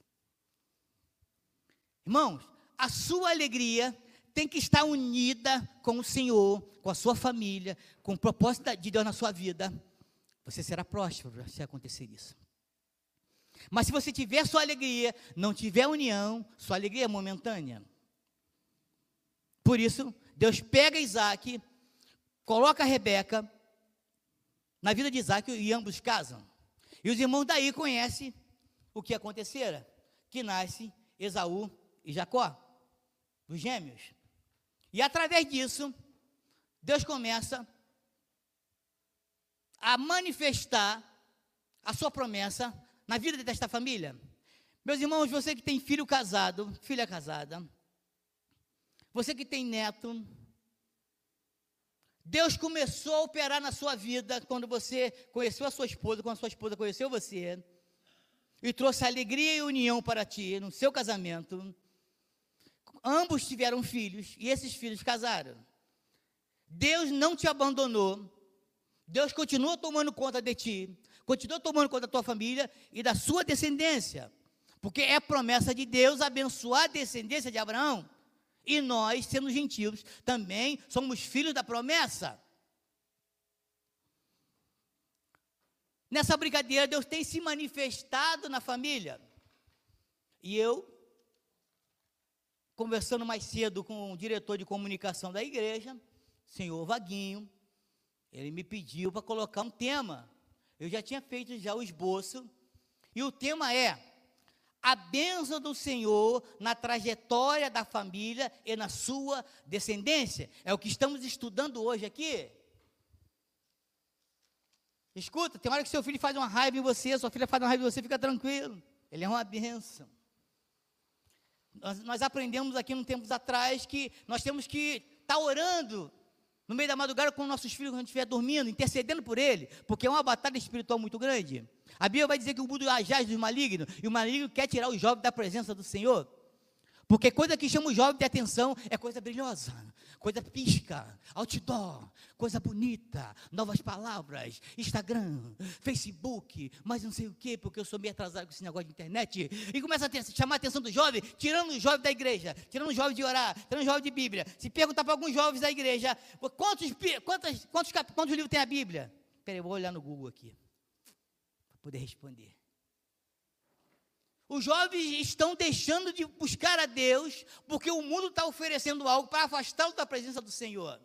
Irmãos, a sua alegria tem que estar unida com o Senhor, com a sua família, com o propósito de Deus na sua vida. Você será próspero se acontecer isso. Mas se você tiver sua alegria, não tiver união, sua alegria é momentânea. Por isso, Deus pega Isaac, coloca a Rebeca na vida de Isaac e ambos casam. E os irmãos daí conhecem o que acontecera, que nasce Esaú e Jacó, os gêmeos. E através disso, Deus começa a manifestar a sua promessa na vida desta família. Meus irmãos, você que tem filho casado, filha casada, você que tem neto, Deus começou a operar na sua vida quando você conheceu a sua esposa, quando a sua esposa conheceu você, e trouxe alegria e união para ti, no seu casamento. Ambos tiveram filhos, e esses filhos casaram. Deus não te abandonou, Deus continua tomando conta de ti, continua tomando conta da tua família e da sua descendência, porque é promessa de Deus abençoar a descendência de Abraão. E nós, sendo gentios, também somos filhos da promessa. Nessa brincadeira, Deus tem se manifestado na família. E eu conversando mais cedo com o diretor de comunicação da igreja, senhor Vaguinho, ele me pediu para colocar um tema. Eu já tinha feito já o esboço, e o tema é a bênção do Senhor na trajetória da família e na sua descendência. É o que estamos estudando hoje aqui. Escuta, tem hora que seu filho faz uma raiva em você, sua filha faz uma raiva em você, fica tranquilo. Ele é uma bênção. Nós, nós aprendemos aqui uns tempos atrás que nós temos que estar tá orando no meio da madrugada com nossos filhos quando a gente estiver dormindo, intercedendo por ele, porque é uma batalha espiritual muito grande. A Bíblia vai dizer que o mundo jaz do maligno, e o maligno quer tirar os jovens da presença do Senhor, porque coisa que chama o jovem de atenção é coisa brilhosa, coisa pisca, outdoor, coisa bonita, novas palavras, Instagram, Facebook, mas não sei o que, porque eu sou meio atrasado com esse negócio de internet, e começa a ter, chamar a atenção do jovem, tirando o jovem da igreja, tirando o jovem de orar, tirando o jovem de Bíblia. Se perguntar para alguns jovens da igreja, quantos, quantos, quantos, quantos livros tem a Bíblia? Espera aí, eu vou olhar no Google aqui, para poder responder. Os jovens estão deixando de buscar a Deus, porque o mundo está oferecendo algo para afastá-lo da presença do Senhor.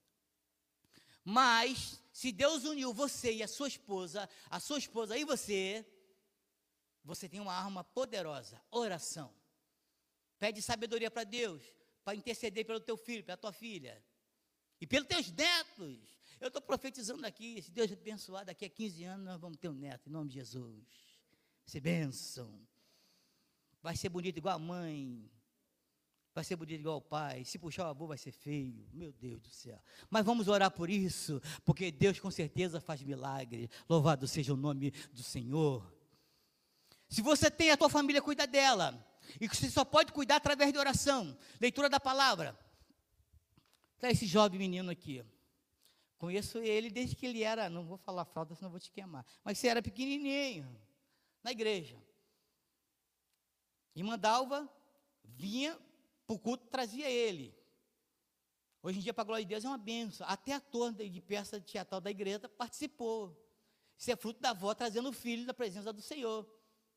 Mas, se Deus uniu você e a sua esposa, a sua esposa e você, você tem uma arma poderosa, oração. Pede sabedoria para Deus, para interceder pelo teu filho, pela tua filha, e pelos teus netos. Eu estou profetizando aqui, se Deus abençoar, daqui a quinze anos nós vamos ter um neto, em nome de Jesus. Vai ser bênção. Vai ser bonito igual a mãe, vai ser bonito igual o pai, se puxar o avô vai ser feio, meu Deus do céu. Mas vamos orar por isso, porque Deus com certeza faz milagres, louvado seja o nome do Senhor. Se você tem a tua família, cuida dela, e você só pode cuidar através de oração, leitura da palavra. Para esse jovem menino aqui, conheço ele desde que ele era, não vou falar fralda, senão vou te queimar, mas você era pequenininho, na igreja. Irmã Dalva vinha para o culto, trazia ele. Hoje em dia, para a glória de Deus, é uma bênção. Até ator de peça teatral da igreja participou. Isso é fruto da avó trazendo o filho da presença do Senhor.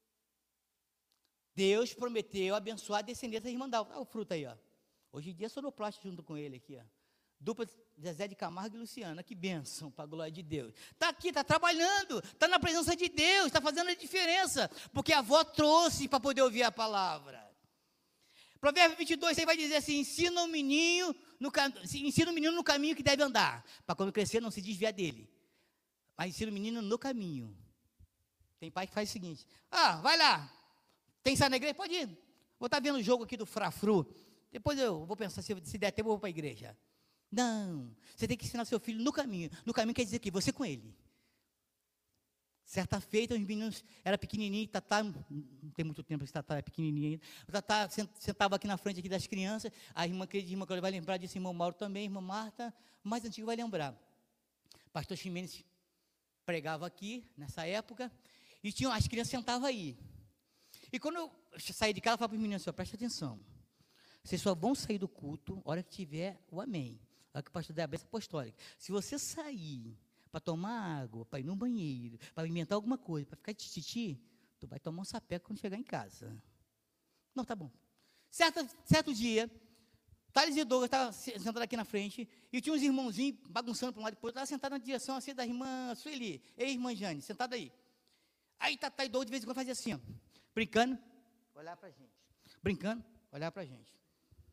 Deus prometeu abençoar a descendência da irmã Dalva. Olha o fruto aí, ó. Hoje em dia, sonoplasta junto com ele aqui, ó. Dupla Zezé de Camargo e Luciana, que bênção para a glória de Deus. Está aqui, está trabalhando, está na presença de Deus, está fazendo a diferença, porque a avó trouxe para poder ouvir a palavra. Provérbios vinte e dois, aí vai dizer assim, ensina o menino no, ensina o menino no caminho que deve andar, para quando crescer não se desviar dele. Mas ensina o menino no caminho. Tem pai que faz o seguinte, ah, vai lá, tem que sair na igreja? Pode ir, vou estar vendo o jogo aqui do Frafru, depois eu vou pensar, se, se der tempo eu vou para a igreja. Não, você tem que ensinar seu filho no caminho. No caminho quer dizer que você com ele. Certa feita, os meninos eram pequenininhos, Tatá, não tem muito tempo que Tatá é pequenininho ainda. O Tatá sentava aqui na frente aqui das crianças, a irmã, querida irmã, vai lembrar disso, irmão Mauro também, irmã Marta, o mais antigo vai lembrar. Pastor Ximenes pregava aqui, nessa época, e tinha, as crianças sentavam aí. E quando eu saí de casa, eu falava para os meninos, presta atenção, vocês só vão sair do culto a hora que tiver o amém. A que o pastor der a bênção apostólica. Se você sair para tomar água, para ir no banheiro, para inventar alguma coisa, para ficar de tititi, tu vai tomar um sapeco quando chegar em casa. Não, tá bom. Certo, certo dia, Thales e Douglas estavam sentados aqui na frente, e tinha uns irmãozinhos bagunçando para um lado e para o outro, estavam sentados na direção assim da irmã Sueli, e a irmã Jane, sentada aí. Aí Tatá e Douglas de vez em quando faziam assim, ó, brincando, olhar para a gente. Brincando, olhar para a gente.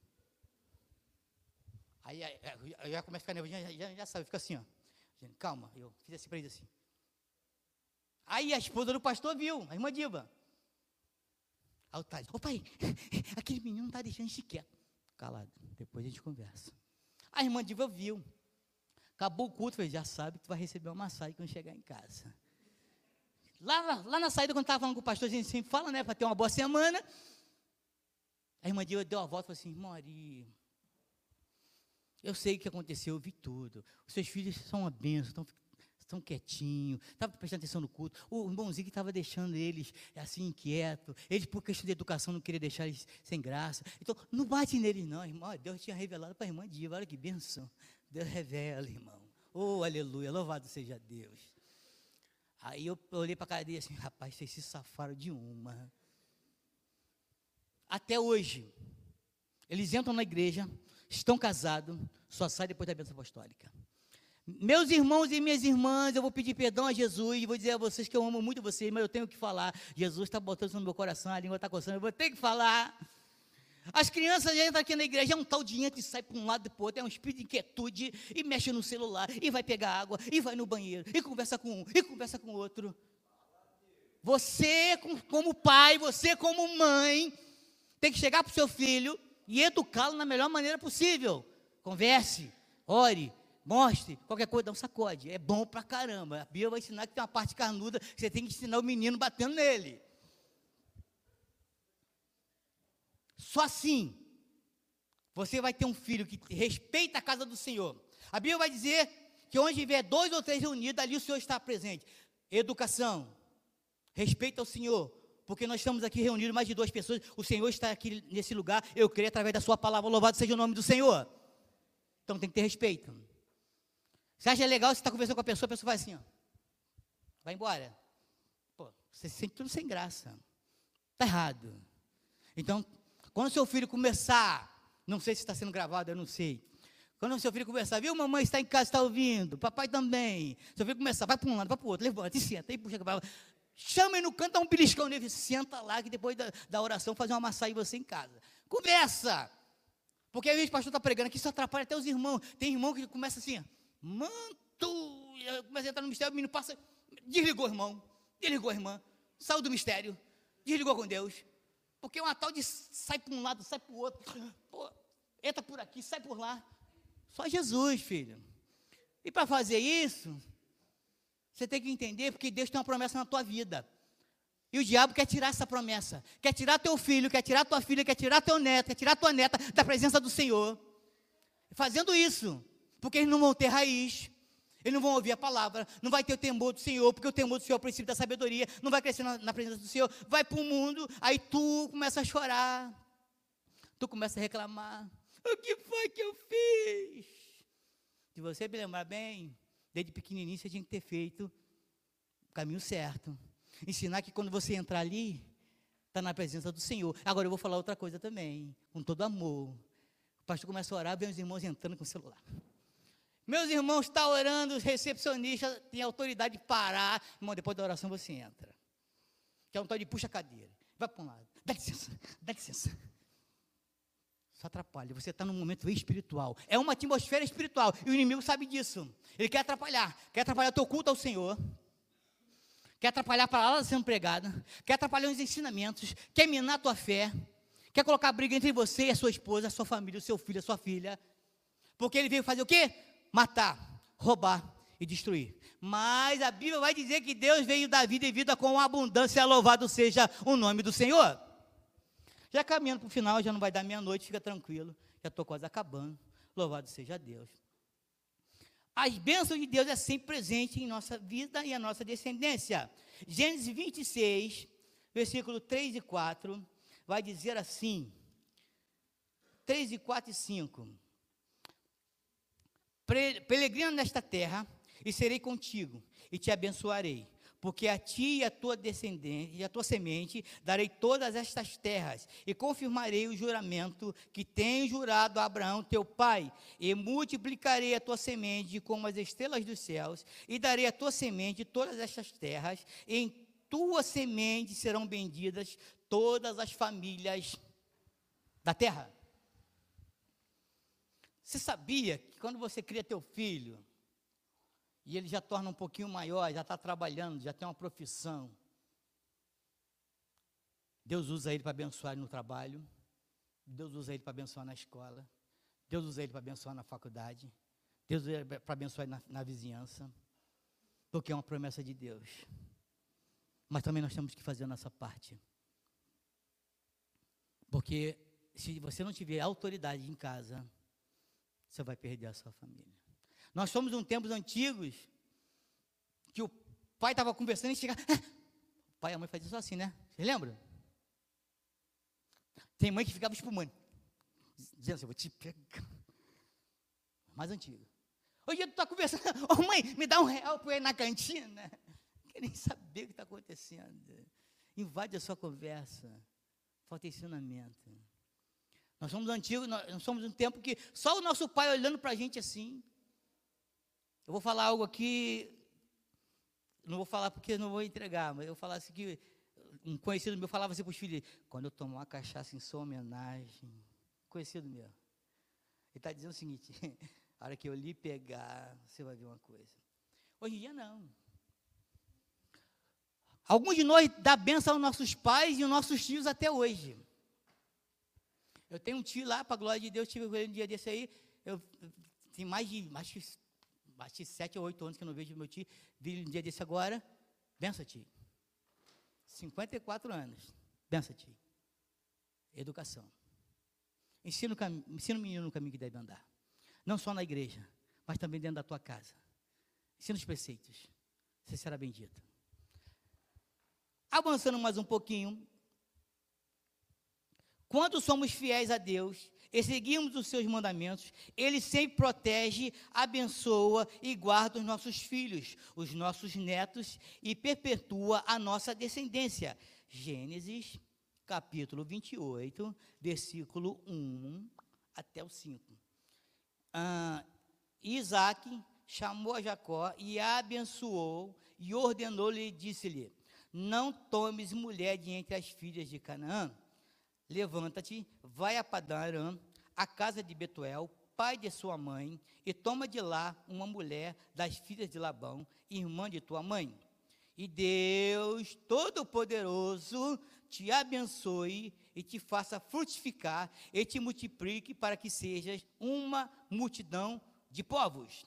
Aí eu já começo a ficar nervoso, já, já, já sabe, fica assim, ó. Gente, calma, eu fiz assim para eles assim. Aí a esposa do pastor viu, a irmã Diva. Aí o Thales, ô pai, aquele menino não está deixando a gente quieto. Calado, depois a gente conversa. A irmã Diva viu. Acabou o culto, falei, já sabe que tu vai receber uma massagem quando chegar em casa. Lá, lá na saída, quando estava falando com o pastor, a gente sempre fala, né, para ter uma boa semana. A irmã Diva deu a volta e falou assim, Maria, eu sei o que aconteceu, eu vi tudo. Os seus filhos são uma bênção, estão, estão quietinhos, estavam prestando atenção no culto. O irmãozinho que estava deixando eles assim, inquietos. Eles, por questão de educação, não queria deixar eles sem graça. Então, não bate neles, não, irmão. Deus tinha revelado para a irmã Diva, olha que bênção. Deus revela, irmão. Oh, aleluia, louvado seja Deus. Aí eu olhei para a cara dele assim, rapaz, vocês se safaram de uma. Até hoje, eles entram na igreja, estão casados, só saem depois da bênção apostólica. Meus irmãos e minhas irmãs, eu vou pedir perdão a Jesus, e vou dizer a vocês que eu amo muito vocês, mas eu tenho que falar. Jesus está botando isso no meu coração, a língua está coçando, eu vou ter que falar. As crianças entram aqui na igreja, é um tal de entra e sai para um lado e para o outro, é um espírito de inquietude, e mexe no celular, e vai pegar água, e vai no banheiro, e conversa com um, e conversa com o outro. Você, como pai, você como mãe, tem que chegar para o seu filho e educá-lo na melhor maneira possível. Converse, ore, mostre, qualquer coisa, dá um sacode. É bom pra caramba. A Bíblia vai ensinar que tem uma parte carnuda, que você tem que ensinar o menino batendo nele. Só assim, você vai ter um filho que respeita a casa do Senhor. A Bíblia vai dizer que onde tiver dois ou três reunidos, ali o Senhor está presente. Educação, respeito ao Senhor, porque nós estamos aqui reunidos, mais de duas pessoas, o Senhor está aqui nesse lugar, eu creio através da sua palavra, louvado seja o nome do Senhor. Então tem que ter respeito. Você acha legal você está conversando com a pessoa, a pessoa vai assim, ó, vai embora. Pô, você se sente tudo sem graça. Está errado. Então, quando o seu filho começar, não sei se está sendo gravado, eu não sei. Quando o seu filho começar, viu, mamãe está em casa, está ouvindo, papai também. Seu filho começar, vai para um lado, vai para o outro, levanta e senta, e puxa, chama ele no canto, dá um beliscão nele, senta lá, que depois da, da oração fazer uma maçã em você em casa. Conversa. Porque às vezes o pastor está pregando aqui, isso atrapalha até os irmãos. Tem irmão que começa assim, ó, manto, começa a entrar no mistério, o menino passa, desligou o irmão, desligou a irmã, saiu do mistério, desligou com Deus, porque uma tal de sai para um lado, sai para o outro, pô, entra por aqui, sai por lá, só Jesus, filho. E para fazer isso, você tem que entender, porque Deus tem uma promessa na tua vida, e o diabo quer tirar essa promessa, quer tirar teu filho, quer tirar tua filha, quer tirar teu neto, quer tirar tua neta da presença do Senhor, fazendo isso, porque eles não vão ter raiz, eles não vão ouvir a palavra, não vai ter o temor do Senhor, porque o temor do Senhor é o princípio da sabedoria, não vai crescer na, na presença do Senhor, vai para o mundo, aí tu começa a chorar, tu começa a reclamar, o que foi que eu fiz? Se você me lembrar bem, desde pequenininho você tinha que ter feito o caminho certo, ensinar que quando você entrar ali, está na presença do Senhor. Agora eu vou falar outra coisa também, com todo amor. O pastor começa a orar, vem os irmãos entrando com o celular. Meus irmãos, está orando, os recepcionistas têm autoridade de parar. Irmão, depois da oração você entra. Que é um tal de puxa a cadeira. Vai para um lado, dá licença, dá licença. Isso atrapalha, você está num momento espiritual. É uma atmosfera espiritual, e o inimigo sabe disso. Ele quer atrapalhar, quer atrapalhar o teu culto ao Senhor, quer atrapalhar a palavra sendo pregada, quer atrapalhar os ensinamentos, quer minar a tua fé, quer colocar briga entre você e a sua esposa, a sua família, o seu filho, a sua filha, porque ele veio fazer o quê? Matar, roubar e destruir. Mas a Bíblia vai dizer que Deus veio dar vida e vida com abundância, louvado seja o nome do Senhor. Já caminhando para o final, já não vai dar meia-noite, fica tranquilo, já estou quase acabando, louvado seja Deus. As bênçãos de Deus é sempre presente em nossa vida e a nossa descendência. Gênesis vinte e seis, versículo três e quatro, vai dizer assim, três e quatro e cinco, Pelegrina nesta terra, e serei contigo, e te abençoarei, porque a ti e a tua descendência, e a tua semente, darei todas estas terras, e confirmarei o juramento que tenho jurado a Abraão, teu pai, e multiplicarei a tua semente como as estrelas dos céus, e darei a tua semente todas estas terras, e em tua semente serão benditas todas as famílias da terra. Você sabia que quando você cria teu filho, e ele já torna um pouquinho maior, já está trabalhando, já tem uma profissão, Deus usa ele para abençoar no trabalho, Deus usa ele para abençoar na escola, Deus usa ele para abençoar na faculdade, Deus usa ele para abençoar na, na vizinhança, porque é uma promessa de Deus. Mas também nós temos que fazer a nossa parte, porque se você não tiver autoridade em casa, você vai perder a sua família. Nós somos um tempos antigos, que o pai estava conversando e chegava, ah, o pai e a mãe faziam só assim, né? Vocês lembram? Tem mãe que ficava espumando, dizendo assim, eu vou te pegar. Mais antigo. Hoje tu está conversando, ô oh, mãe, me dá um real para eu ir na cantina. Não quer nem saber o que está acontecendo. Invade a sua conversa, falta ensinamento. Nós somos antigos, nós somos um tempo que só o nosso pai olhando para a gente assim. Eu vou falar algo aqui, não vou falar porque não vou entregar, mas eu vou falar assim que um conhecido meu falava assim para os filhos, quando eu tomar uma cachaça em sua homenagem, conhecido meu, ele está dizendo o seguinte, a hora que eu lhe pegar, você vai ver uma coisa. Hoje em dia não. Alguns de nós dá benção aos nossos pais e aos nossos tios até hoje. Eu tenho um tio lá, para a glória de Deus, tive com ele um dia desse aí, eu tem mais de, mais de, mais de sete ou oito anos que eu não vejo meu tio, vi ele um dia desse agora, benção, tio. cinquenta e quatro anos, benção, tio. Educação. Ensina o, cam... Ensina o menino no caminho que deve andar. Não só na igreja, mas também dentro da tua casa. Ensina os preceitos. Você será bendito. Avançando mais um pouquinho. Quando somos fiéis a Deus e seguimos os seus mandamentos, Ele sempre protege, abençoa e guarda os nossos filhos, os nossos netos e perpetua a nossa descendência. Gênesis, capítulo vinte e oito, versículo um até o cinco. Ah, Isaac chamou a Jacó e a abençoou e ordenou-lhe e disse-lhe, não tomes mulher de entre as filhas de Canaã. Levanta-te, vai a Padã Arã, a casa de Betuel, pai de sua mãe, e toma de lá uma mulher das filhas de Labão, irmã de tua mãe. E Deus Todo-Poderoso te abençoe e te faça frutificar e te multiplique para que sejas uma multidão de povos.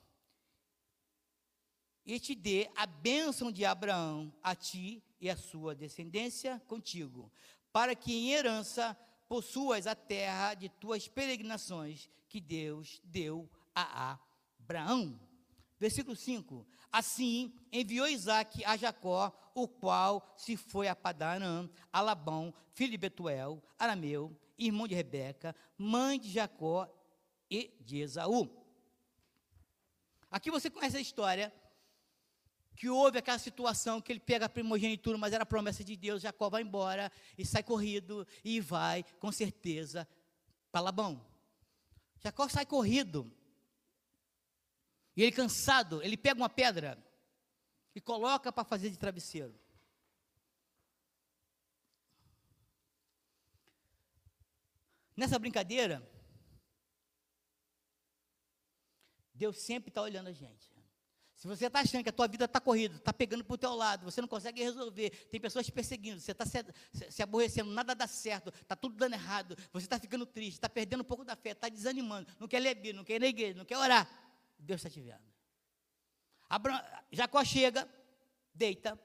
E te dê a bênção de Abraão a ti e a sua descendência contigo, para que em herança possuas a terra de tuas peregrinações, que Deus deu a Abraão. Versículo cinco. Assim enviou Isaac a Jacó, o qual se foi a Padã Arã, a Labão, filho de Betuel, arameu, irmão de Rebeca, mãe de Jacó e de Esaú. Aqui você conhece a história, que houve aquela situação que ele pega a primogenitura, mas era a promessa de Deus, Jacó vai embora e sai corrido e vai, com certeza, para Labão. Jacó sai corrido, e ele cansado, ele pega uma pedra e coloca para fazer de travesseiro. Nessa brincadeira, Deus sempre está olhando a gente. Se você está achando que a tua vida está corrida, está pegando para o teu lado, você não consegue resolver, tem pessoas te perseguindo, você está se, se aborrecendo, nada dá certo, está tudo dando errado, você está ficando triste, está perdendo um pouco da fé, está desanimando, não quer ler Bíblia, não quer ir na igreja, não quer orar, Deus está te vendo. Abraão, Jacó chega, deita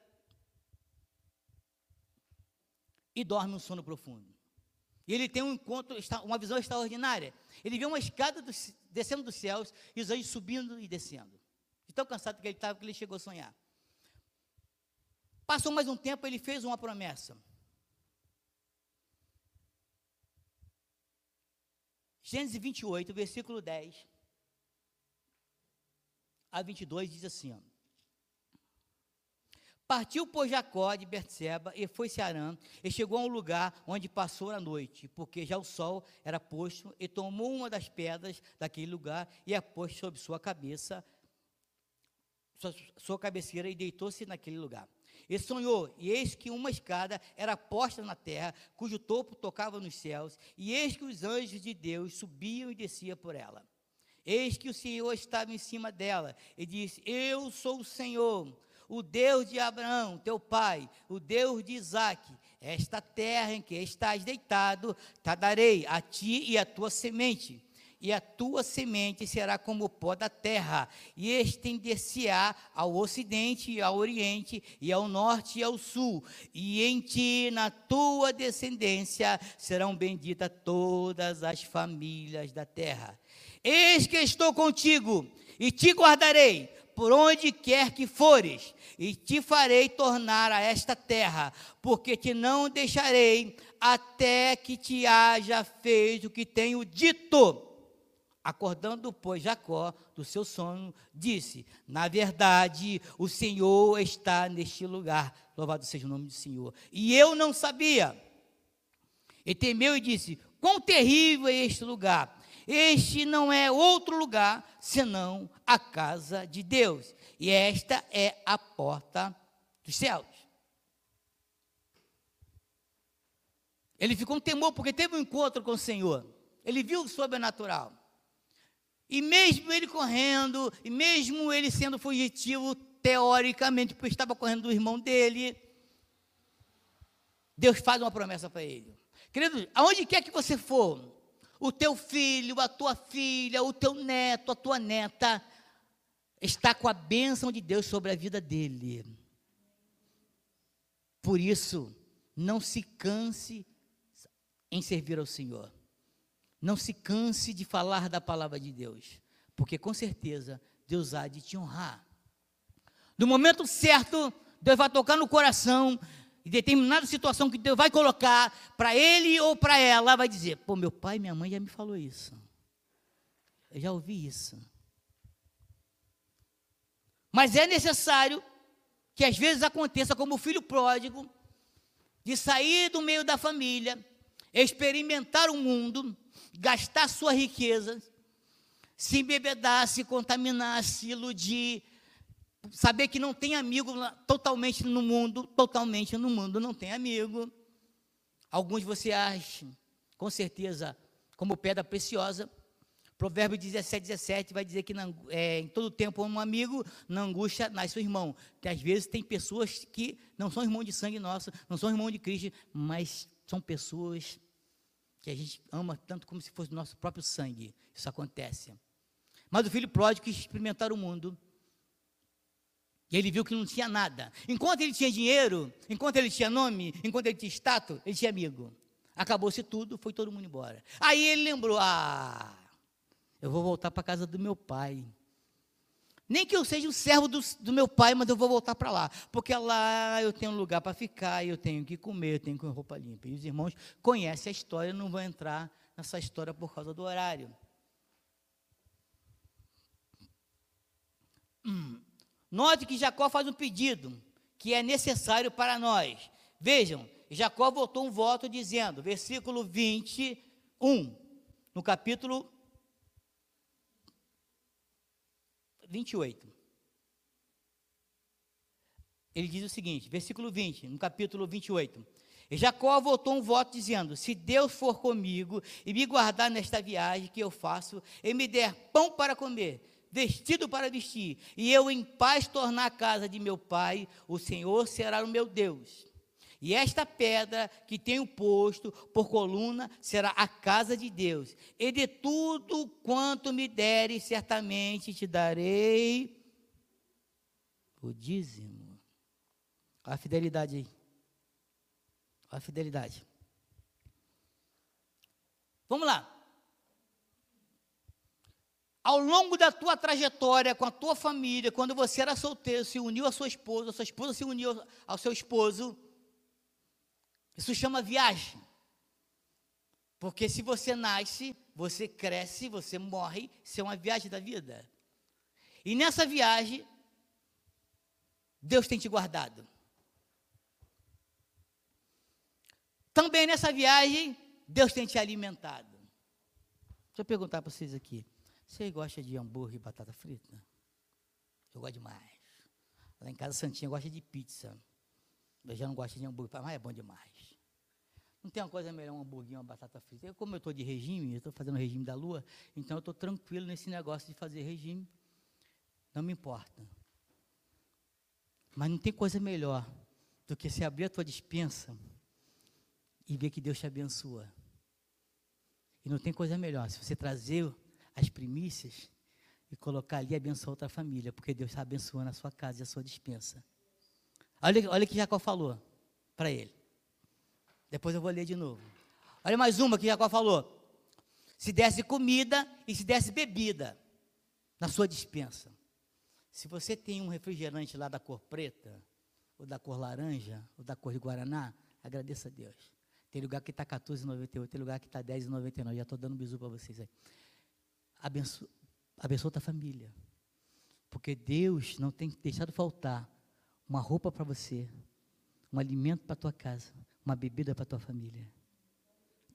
e dorme um sono profundo. E ele tem um encontro, uma visão extraordinária. Ele vê uma escada do, descendo dos céus e os anjos subindo e descendo. De tão cansado que ele estava, que ele chegou a sonhar. Passou mais um tempo, ele fez uma promessa. Gênesis vinte e oito, versículo dez a vinte e dois, diz assim, ó. Partiu, pois, Jacó de Berseba e foi-se a Harã, e chegou a um lugar onde passou a noite, porque já o sol era posto, e tomou uma das pedras daquele lugar e a pôs sobre sua cabeça, sua, sua cabeceira, e deitou-se naquele lugar. E sonhou, e eis que uma escada era posta na terra, cujo topo tocava nos céus, e eis que os anjos de Deus subiam e desciam por ela. Eis que o Senhor estava em cima dela, e disse, eu sou o Senhor, o Deus de Abraão, teu pai, o Deus de Isaque. Esta terra em que estás deitado, te darei a ti e a tua semente, e a tua semente será como o pó da terra, e estender-se-á ao ocidente e ao oriente, e ao norte e ao sul, e em ti, na tua descendência, serão benditas todas as famílias da terra. Eis que estou contigo, e te guardarei, por onde quer que fores, e te farei tornar a esta terra, porque te não deixarei, até que te haja feito o que tenho dito. Acordando, pois, Jacó do seu sono, disse, na verdade, o Senhor está neste lugar, louvado seja o nome do Senhor, e eu não sabia. E temeu e disse, quão terrível é este lugar! Este não é outro lugar, senão a casa de Deus. E esta é a porta dos céus. Ele ficou com temor, porque teve um encontro com o Senhor. Ele viu o sobrenatural. E mesmo ele correndo, e mesmo ele sendo fugitivo, teoricamente, porque estava correndo do irmão dele, Deus faz uma promessa para ele. Querido, aonde quer que você for, o teu filho, a tua filha, o teu neto, a tua neta, está com a bênção de Deus sobre a vida dele. Por isso, não se canse em servir ao Senhor. Não se canse de falar da palavra de Deus, porque com certeza Deus há de te honrar. No momento certo, Deus vai tocar no coração, em determinada situação que Deus vai colocar para ele ou para ela, vai dizer: pô, meu pai e minha mãe já me falou isso, eu já ouvi isso. Mas é necessário que às vezes aconteça como o filho pródigo, de sair do meio da família, experimentar o mundo, gastar sua riqueza, se embebedar, se contaminar, se iludir, saber que não tem amigo totalmente no mundo, totalmente no mundo não tem amigo. Alguns você acha, com certeza, como pedra preciosa. Provérbio dezessete, dezessete vai dizer que na, é, em todo tempo um amigo, na angústia nasce o irmão. Que às vezes tem pessoas que não são irmãos de sangue nosso, não são irmãos de Cristo, mas são pessoas que a gente ama tanto como se fosse o nosso próprio sangue. Isso acontece. Mas o filho pródigo quis experimentar o mundo. E ele viu que não tinha nada. Enquanto ele tinha dinheiro, enquanto ele tinha nome, enquanto ele tinha status, ele tinha amigo. Acabou-se tudo, foi todo mundo embora. Aí ele lembrou: ah, eu vou voltar para a casa do meu pai. Nem que eu seja o servo do, do meu pai, mas eu vou voltar para lá. Porque lá eu tenho um lugar para ficar, eu tenho que comer, eu tenho que roupa limpa. E os irmãos conhecem a história, não vão entrar nessa história por causa do horário. Hum. Note que Jacó faz um pedido que é necessário para nós. Vejam, Jacó votou um voto dizendo, versículo vinte e um, no capítulo vinte e oito. Ele diz o seguinte, versículo vinte, no capítulo vinte e oito. Jacó votou um voto dizendo: se Deus for comigo e me guardar nesta viagem que eu faço, e me der pão para comer, vestido para vestir, e eu em paz tornar a casa de meu pai, o Senhor será o meu Deus. E esta pedra que tenho posto por coluna será a casa de Deus. E de tudo quanto me deres, certamente te darei o dízimo. Olha a fidelidade aí. Olha a fidelidade. Vamos lá. Ao longo da tua trajetória com a tua família, quando você era solteiro, se uniu à sua esposa, a sua esposa se uniu ao seu esposo, isso chama viagem. Porque se você nasce, você cresce, você morre, isso é uma viagem da vida. E nessa viagem, Deus tem te guardado. Também nessa viagem, Deus tem te alimentado. Deixa eu perguntar para vocês aqui. Você gosta de hambúrguer e batata frita? Eu gosto demais. Lá em casa, Santinha gosta de pizza. Eu já não gosto de hambúrguer, mas é bom demais. Não tem uma coisa melhor, um hambúrguer e uma batata frita. Eu, como eu estou de regime, eu estou fazendo o regime da lua, então eu estou tranquilo nesse negócio de fazer regime. Não me importa. Mas não tem coisa melhor do que você abrir a tua despensa e ver que Deus te abençoa. E não tem coisa melhor se você trazer as primícias e colocar ali e abençoar outra família, porque Deus está abençoando a sua casa e a sua despensa. Olha, olha o que Jacó falou para ele. Depois eu vou ler de novo. Olha mais uma que Jacó falou. Se desse comida e se desse bebida na sua despensa. Se você tem um refrigerante lá da cor preta, ou da cor laranja, ou da cor de guaraná, agradeça a Deus. Tem lugar que está quatorze reais e noventa e oito, tem lugar que está dez reais e noventa e nove. Já estou dando um bisu para vocês aí. Abençoa, abençoa a tua família. Porque Deus não tem deixado faltar uma roupa para você, um alimento para a tua casa, uma bebida para a tua família.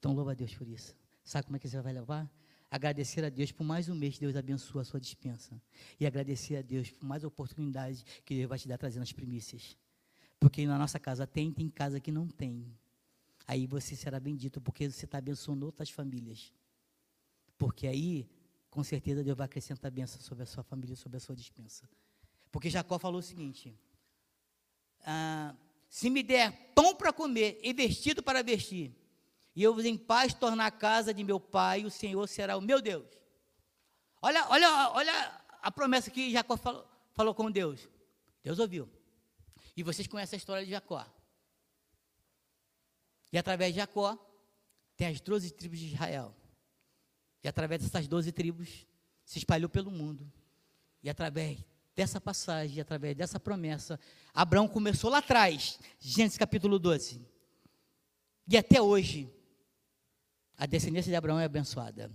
Então, louva a Deus por isso. Sabe como é que você vai levar? Agradecer a Deus por mais um mês que Deus abençoa a sua despensa. E agradecer a Deus por mais oportunidades que Deus vai te dar trazendo as primícias. Porque na nossa casa tem, tem casa que não tem. Aí você será bendito, porque você está abençoando outras famílias. Porque aí, com certeza, Deus vai acrescentar bênção sobre a sua família, sobre a sua despensa. Porque Jacó falou o seguinte, ah, se me der pão para comer e vestido para vestir, e eu vos em paz tornar a casa de meu pai, o Senhor será o meu Deus. Olha, olha, olha a promessa que Jacó falou, falou com Deus. Deus ouviu. E vocês conhecem a história de Jacó. E através de Jacó, tem as doze tribos de Israel. E através dessas doze tribos, se espalhou pelo mundo. E através dessa passagem, através dessa promessa, Abraão começou lá atrás, Gênesis capítulo doze. E até hoje, a descendência de Abraão é abençoada.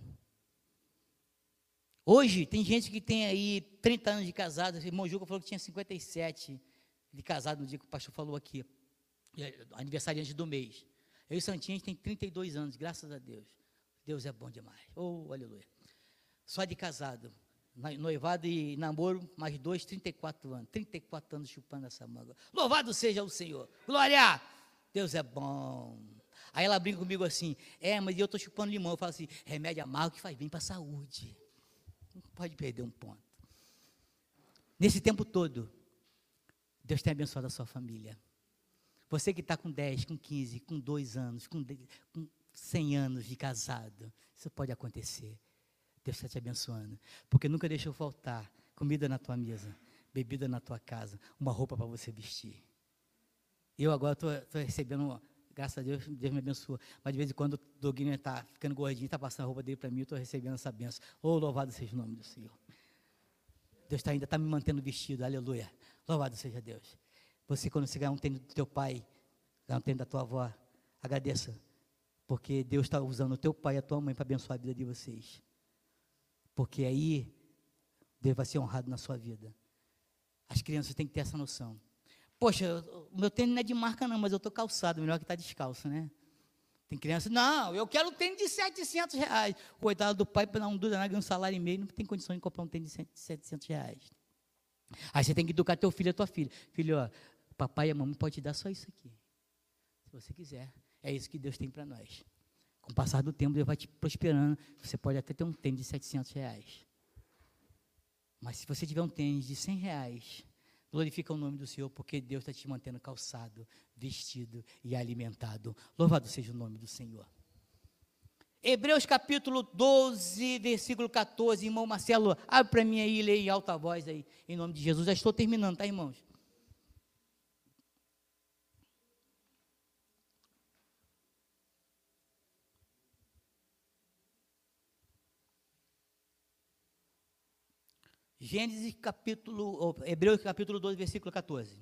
Hoje, tem gente que tem aí trinta anos de casado. O irmão Juca falou que tinha cinquenta e sete de casado no dia que o pastor falou aqui. Aniversariante do mês. Eu e o Santinho, a gente tem trinta e dois anos, graças a Deus. Deus é bom demais. Oh, aleluia. Só de casado. Noivado e namoro, mais dois, trinta e quatro anos. trinta e quatro anos chupando essa manga. Louvado seja o Senhor. Glória! Deus é bom. Aí ela brinca comigo assim, é, mas eu estou chupando limão. Eu falo assim, remédio amargo que faz bem para a saúde. Não pode perder um ponto. Nesse tempo todo, Deus tem abençoado a sua família. Você que está com dez, com quinze, com dois anos, com, com cem anos de casado, isso pode acontecer. Deus está te abençoando. Porque nunca deixou faltar comida na tua mesa, bebida na tua casa, uma roupa para você vestir. Eu agora estou recebendo... Graças a Deus, Deus me abençoa. Mas de vez em quando o Doguinho está ficando gordinho, está passando a roupa dele para mim, eu estou recebendo essa benção. Oh, louvado seja o nome do Senhor. Deus tá, ainda está me mantendo vestido, aleluia. Louvado seja Deus. Você, quando você ganhar um tênis do teu pai, ganhar um tênis da tua avó, agradeça. Porque Deus está usando o teu pai e a tua mãe para abençoar a vida de vocês. Porque aí, Deus vai ser honrado na sua vida. As crianças têm que ter essa noção. Poxa, o meu tênis não é de marca não, mas eu estou calçado, melhor que estar descalço, né? Tem criança, não, eu quero um tênis de setecentos reais. Coitado do pai, para dar um dúvida, ganha um salário e meio, não tem condição de comprar um tênis de setecentos reais. Aí você tem que educar teu filho e a tua filha. Filho, ó, papai e a mamãe podem te dar só isso aqui. Se você quiser. É isso que Deus tem para nós. Com o passar do tempo, Deus vai te prosperando. Você pode até ter um tênis de setecentos reais. Mas se você tiver um tênis de cem reais... Glorifica o nome do Senhor, porque Deus está te mantendo calçado, vestido e alimentado. Louvado seja o nome do Senhor. Hebreus capítulo doze, versículo quatorze. Irmão Marcelo, abre para mim aí e leia em alta voz aí, em nome de Jesus. Já estou terminando, tá, irmãos? Gênesis capítulo, Hebreus capítulo doze, versículo quatorze.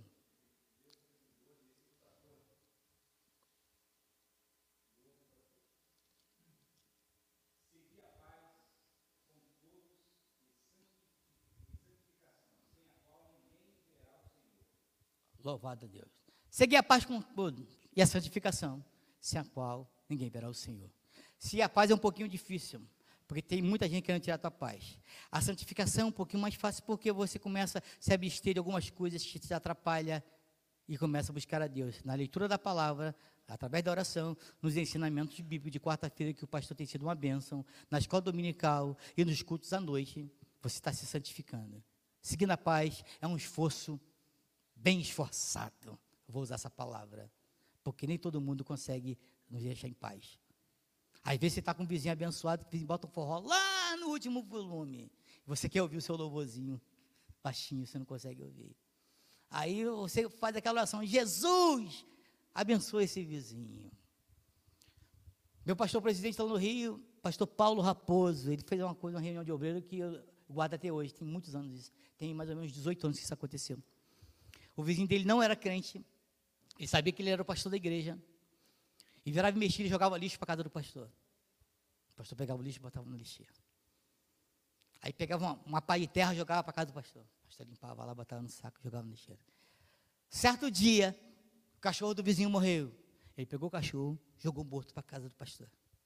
Louvado a Deus. Seguir a paz com todos e a santificação, sem a qual ninguém verá o Senhor. Se a paz é um pouquinho difícil, porque tem muita gente querendo tirar a tua paz. A santificação é um pouquinho mais fácil, porque você começa a se abster de algumas coisas que te atrapalham e começa a buscar a Deus. Na leitura da palavra, através da oração, nos ensinamentos bíblicos de quarta-feira, que o pastor tem sido uma bênção, na escola dominical e nos cultos à noite, você está se santificando. Seguindo a paz é um esforço bem esforçado. Vou usar essa palavra, porque nem todo mundo consegue nos deixar em paz. Às vezes você está com um vizinho abençoado, que o vizinho bota um forró lá no último volume. Você quer ouvir o seu louvorzinho baixinho, você não consegue ouvir. Aí você faz aquela oração, Jesus, abençoa esse vizinho. Meu pastor presidente lá no Rio, pastor Paulo Raposo, ele fez uma coisa, uma reunião de obreiro que eu guardo até hoje, tem muitos anos isso, tem mais ou menos dezoito anos que isso aconteceu. O vizinho dele não era crente, ele sabia que ele era o pastor da igreja, e virava e mexia e jogava lixo para a casa do pastor. O pastor pegava o lixo e botava no lixeiro. Aí pegava uma, uma pá de terra e jogava para a casa do pastor. O pastor limpava lá, botava no saco e jogava no lixeiro. Certo dia, o cachorro do vizinho morreu. Ele pegou o cachorro, jogou morto para a casa do pastor.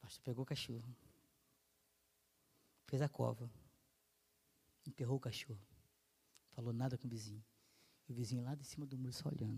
O pastor pegou o cachorro, fez a cova, enterrou o cachorro, falou nada com o vizinho. E o vizinho lá de cima do muro só olhando.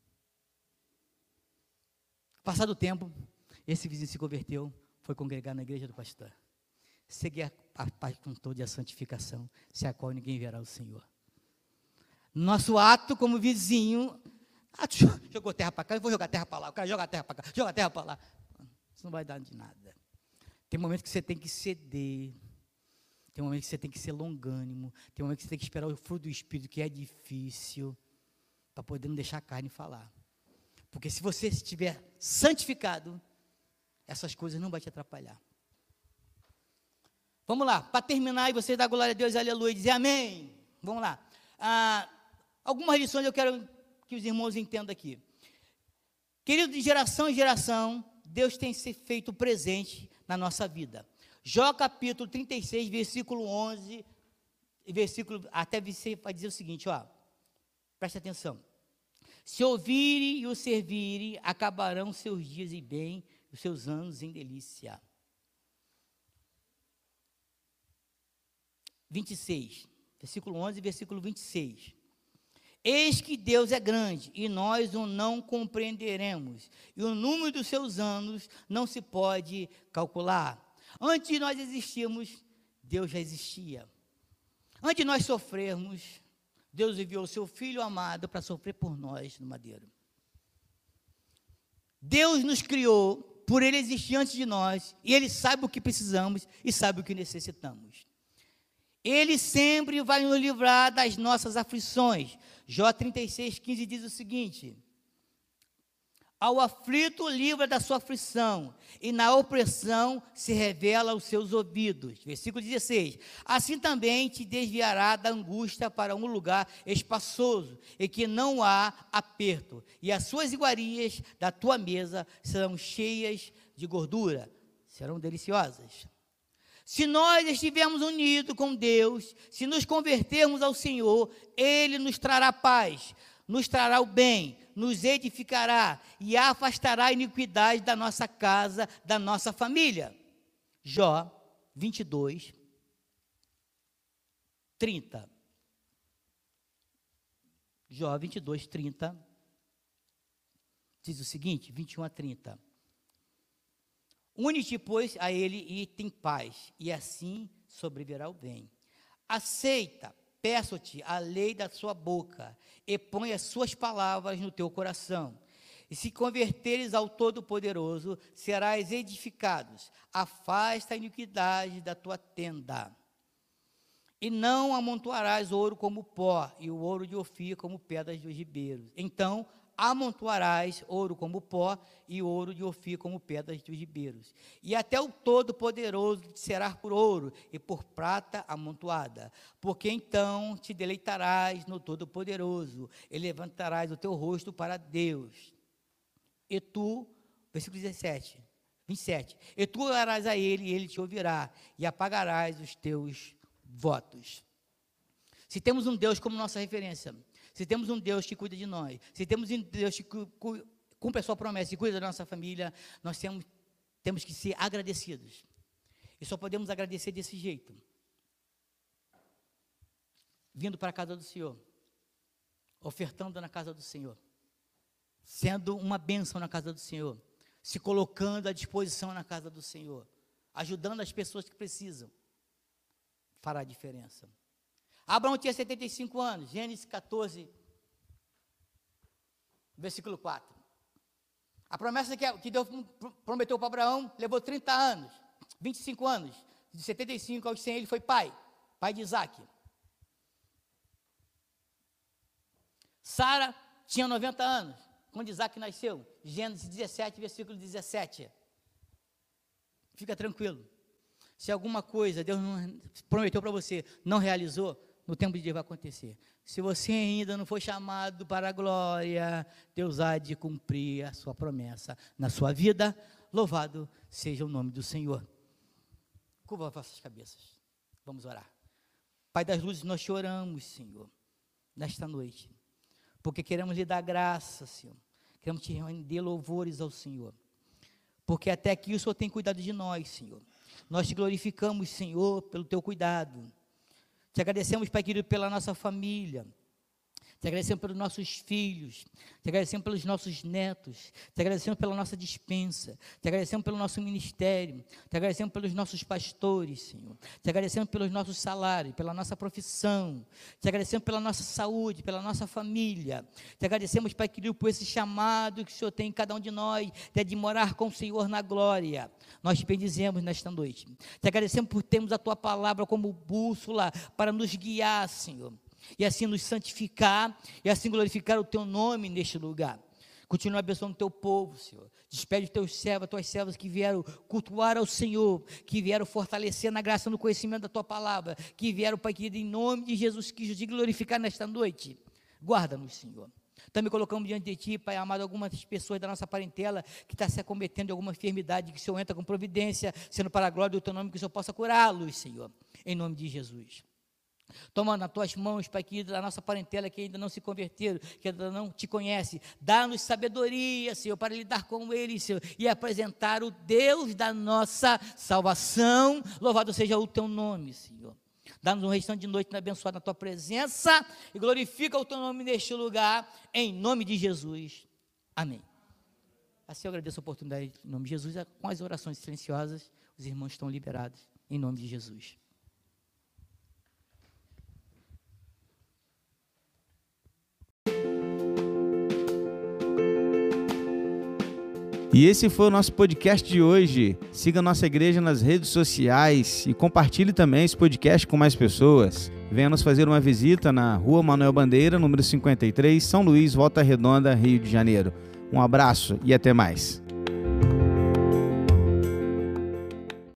Passado o tempo, esse vizinho se converteu, foi congregar na igreja do pastor. Seguir a paz com toda a santificação, se a qual ninguém verá o Senhor. Nosso ato como vizinho, ah, jogou terra para cá, eu vou jogar terra para lá, o cara joga terra para cá, joga terra para lá. Isso não vai dar de nada. Tem momentos que você tem que ceder, tem momentos que você tem que ser longânimo, tem momentos que você tem que esperar o fruto do Espírito, que é difícil, para poder não deixar a carne falar. Porque se você estiver santificado, essas coisas não vão te atrapalhar. Vamos lá, para terminar, e você dá glória a Deus, aleluia, e dizer amém. Vamos lá. Ah, algumas lições eu quero que os irmãos entendam aqui. Querido, de geração em geração, Deus tem se feito presente na nossa vida. Jó capítulo trinta e seis, versículo onze, versículo, até você vai dizer o seguinte, ó, preste atenção. Se ouvirem e o servirem, acabarão seus dias em bem, os seus anos em delícia. vinte e seis, versículo onze, versículo vinte e seis. Eis que Deus é grande, e nós o não compreenderemos, e o número dos seus anos não se pode calcular. Antes de nós existirmos, Deus já existia. Antes de nós sofrermos, Deus enviou o seu Filho amado para sofrer por nós no madeiro. Deus nos criou, por Ele existir antes de nós, e Ele sabe o que precisamos e sabe o que necessitamos. Ele sempre vai nos livrar das nossas aflições. Jó trinta e seis, quinze diz o seguinte: ao aflito livra da sua aflição, e na opressão se revela aos seus ouvidos. Versículo dezesseis, assim também te desviará da angústia para um lugar espaçoso, e que não há aperto, e as suas iguarias da tua mesa serão cheias de gordura, serão deliciosas. Se nós estivermos unidos com Deus, se nos convertermos ao Senhor, Ele nos trará paz, nos trará o bem, nos edificará e afastará a iniquidade da nossa casa, da nossa família. Jó vinte e dois, trinta. Jó vinte e dois, trinta. Diz o seguinte, vinte e um a trinta. Une-te, pois, a ele e tem paz, e assim sobrevirá o bem. Aceita, peço-te, a lei da sua boca, e põe as suas palavras no teu coração. E se converteres ao Todo-Poderoso, serás edificados. Afasta a iniquidade da tua tenda. E não amontoarás ouro como pó, e o ouro de Ofir como pedras dos ribeiros. Então, amontoarás ouro como pó, e ouro de Ofir como pedras dos ribeiros. E até o Todo-Poderoso te será por ouro, e por prata amontoada. Porque então te deleitarás no Todo-Poderoso, e levantarás o teu rosto para Deus. E tu, versículo dezessete, vinte e sete, e tu orarás a ele, e ele te ouvirá, e apagarás os teus votos. Se temos um Deus como nossa referência, se temos um Deus que cuida de nós, se temos um Deus que cumpre a sua promessa e cuida da nossa família, nós temos, temos que ser agradecidos. E só podemos agradecer desse jeito. Vindo para a casa do Senhor, ofertando na casa do Senhor, sendo uma bênção na casa do Senhor, se colocando à disposição na casa do Senhor, ajudando as pessoas que precisam, fará a diferença. Abraão tinha setenta e cinco anos, Gênesis catorze, versículo quatro. A promessa que, que Deus prometeu para Abraão levou trinta anos, vinte e cinco anos, de setenta e cinco aos cem ele foi pai, pai de Isaac. Sara tinha noventa anos, quando Isaac nasceu, Gênesis dezessete, versículo dezessete. Fica tranquilo, se alguma coisa Deus não prometeu para você, não realizou, no tempo de Deus vai acontecer. Se você ainda não foi chamado para a glória, Deus há de cumprir a sua promessa na sua vida. Louvado seja o nome do Senhor. Curva as vossas cabeças, vamos orar. Pai das luzes, nós te oramos, Senhor, nesta noite, porque queremos lhe dar graça, Senhor, queremos te render louvores ao Senhor, porque até aqui o Senhor tem cuidado de nós, Senhor. Nós te glorificamos, Senhor, pelo teu cuidado. Te agradecemos, Pai querido, pela nossa família. Te agradecemos pelos nossos filhos, te agradecemos pelos nossos netos, te agradecemos pela nossa dispensa, te agradecemos pelo nosso ministério, te agradecemos pelos nossos pastores, Senhor, te agradecemos pelos nossos salários, pela nossa profissão, te agradecemos pela nossa saúde, pela nossa família, te agradecemos, Pai querido, por esse chamado que o Senhor tem em cada um de nós, de morar com o Senhor na glória. Nós te bendizemos nesta noite, te agradecemos por termos a Tua palavra como bússola para nos guiar, Senhor, e assim nos santificar, e assim glorificar o Teu nome neste lugar. Continua abençoando o Teu povo, Senhor. Despede os Teus servos, as Tuas servas que vieram cultuar ao Senhor, que vieram fortalecer na graça, no conhecimento da Tua palavra, que vieram, Pai querido, em nome de Jesus Cristo, de glorificar nesta noite. Guarda-nos, Senhor. Também colocamos diante de Ti, Pai amado, algumas pessoas da nossa parentela que está se acometendo de alguma enfermidade, que o Senhor entra com providência, sendo para a glória do Teu nome, que o Senhor possa curá-los, Senhor, em nome de Jesus. Toma nas Tuas mãos, Pai querido, a nossa parentela que ainda não se converteram, que ainda não Te conhece, dá-nos sabedoria, Senhor, para lidar com eles, Senhor, e apresentar o Deus da nossa salvação. Louvado seja o Teu nome, Senhor. Dá-nos um restante de noite abençoado na Tua presença, e glorifica o Teu nome neste lugar, em nome de Jesus, amém. Assim eu agradeço a oportunidade, em nome de Jesus, com as orações silenciosas, os irmãos estão liberados, em nome de Jesus. E esse foi o nosso podcast de hoje. Siga a nossa igreja nas redes sociais e compartilhe também esse podcast com mais pessoas. Venha nos fazer uma visita na Rua Manuel Bandeira, número cinquenta e três, São Luís, Volta Redonda, Rio de Janeiro. Um abraço e até mais.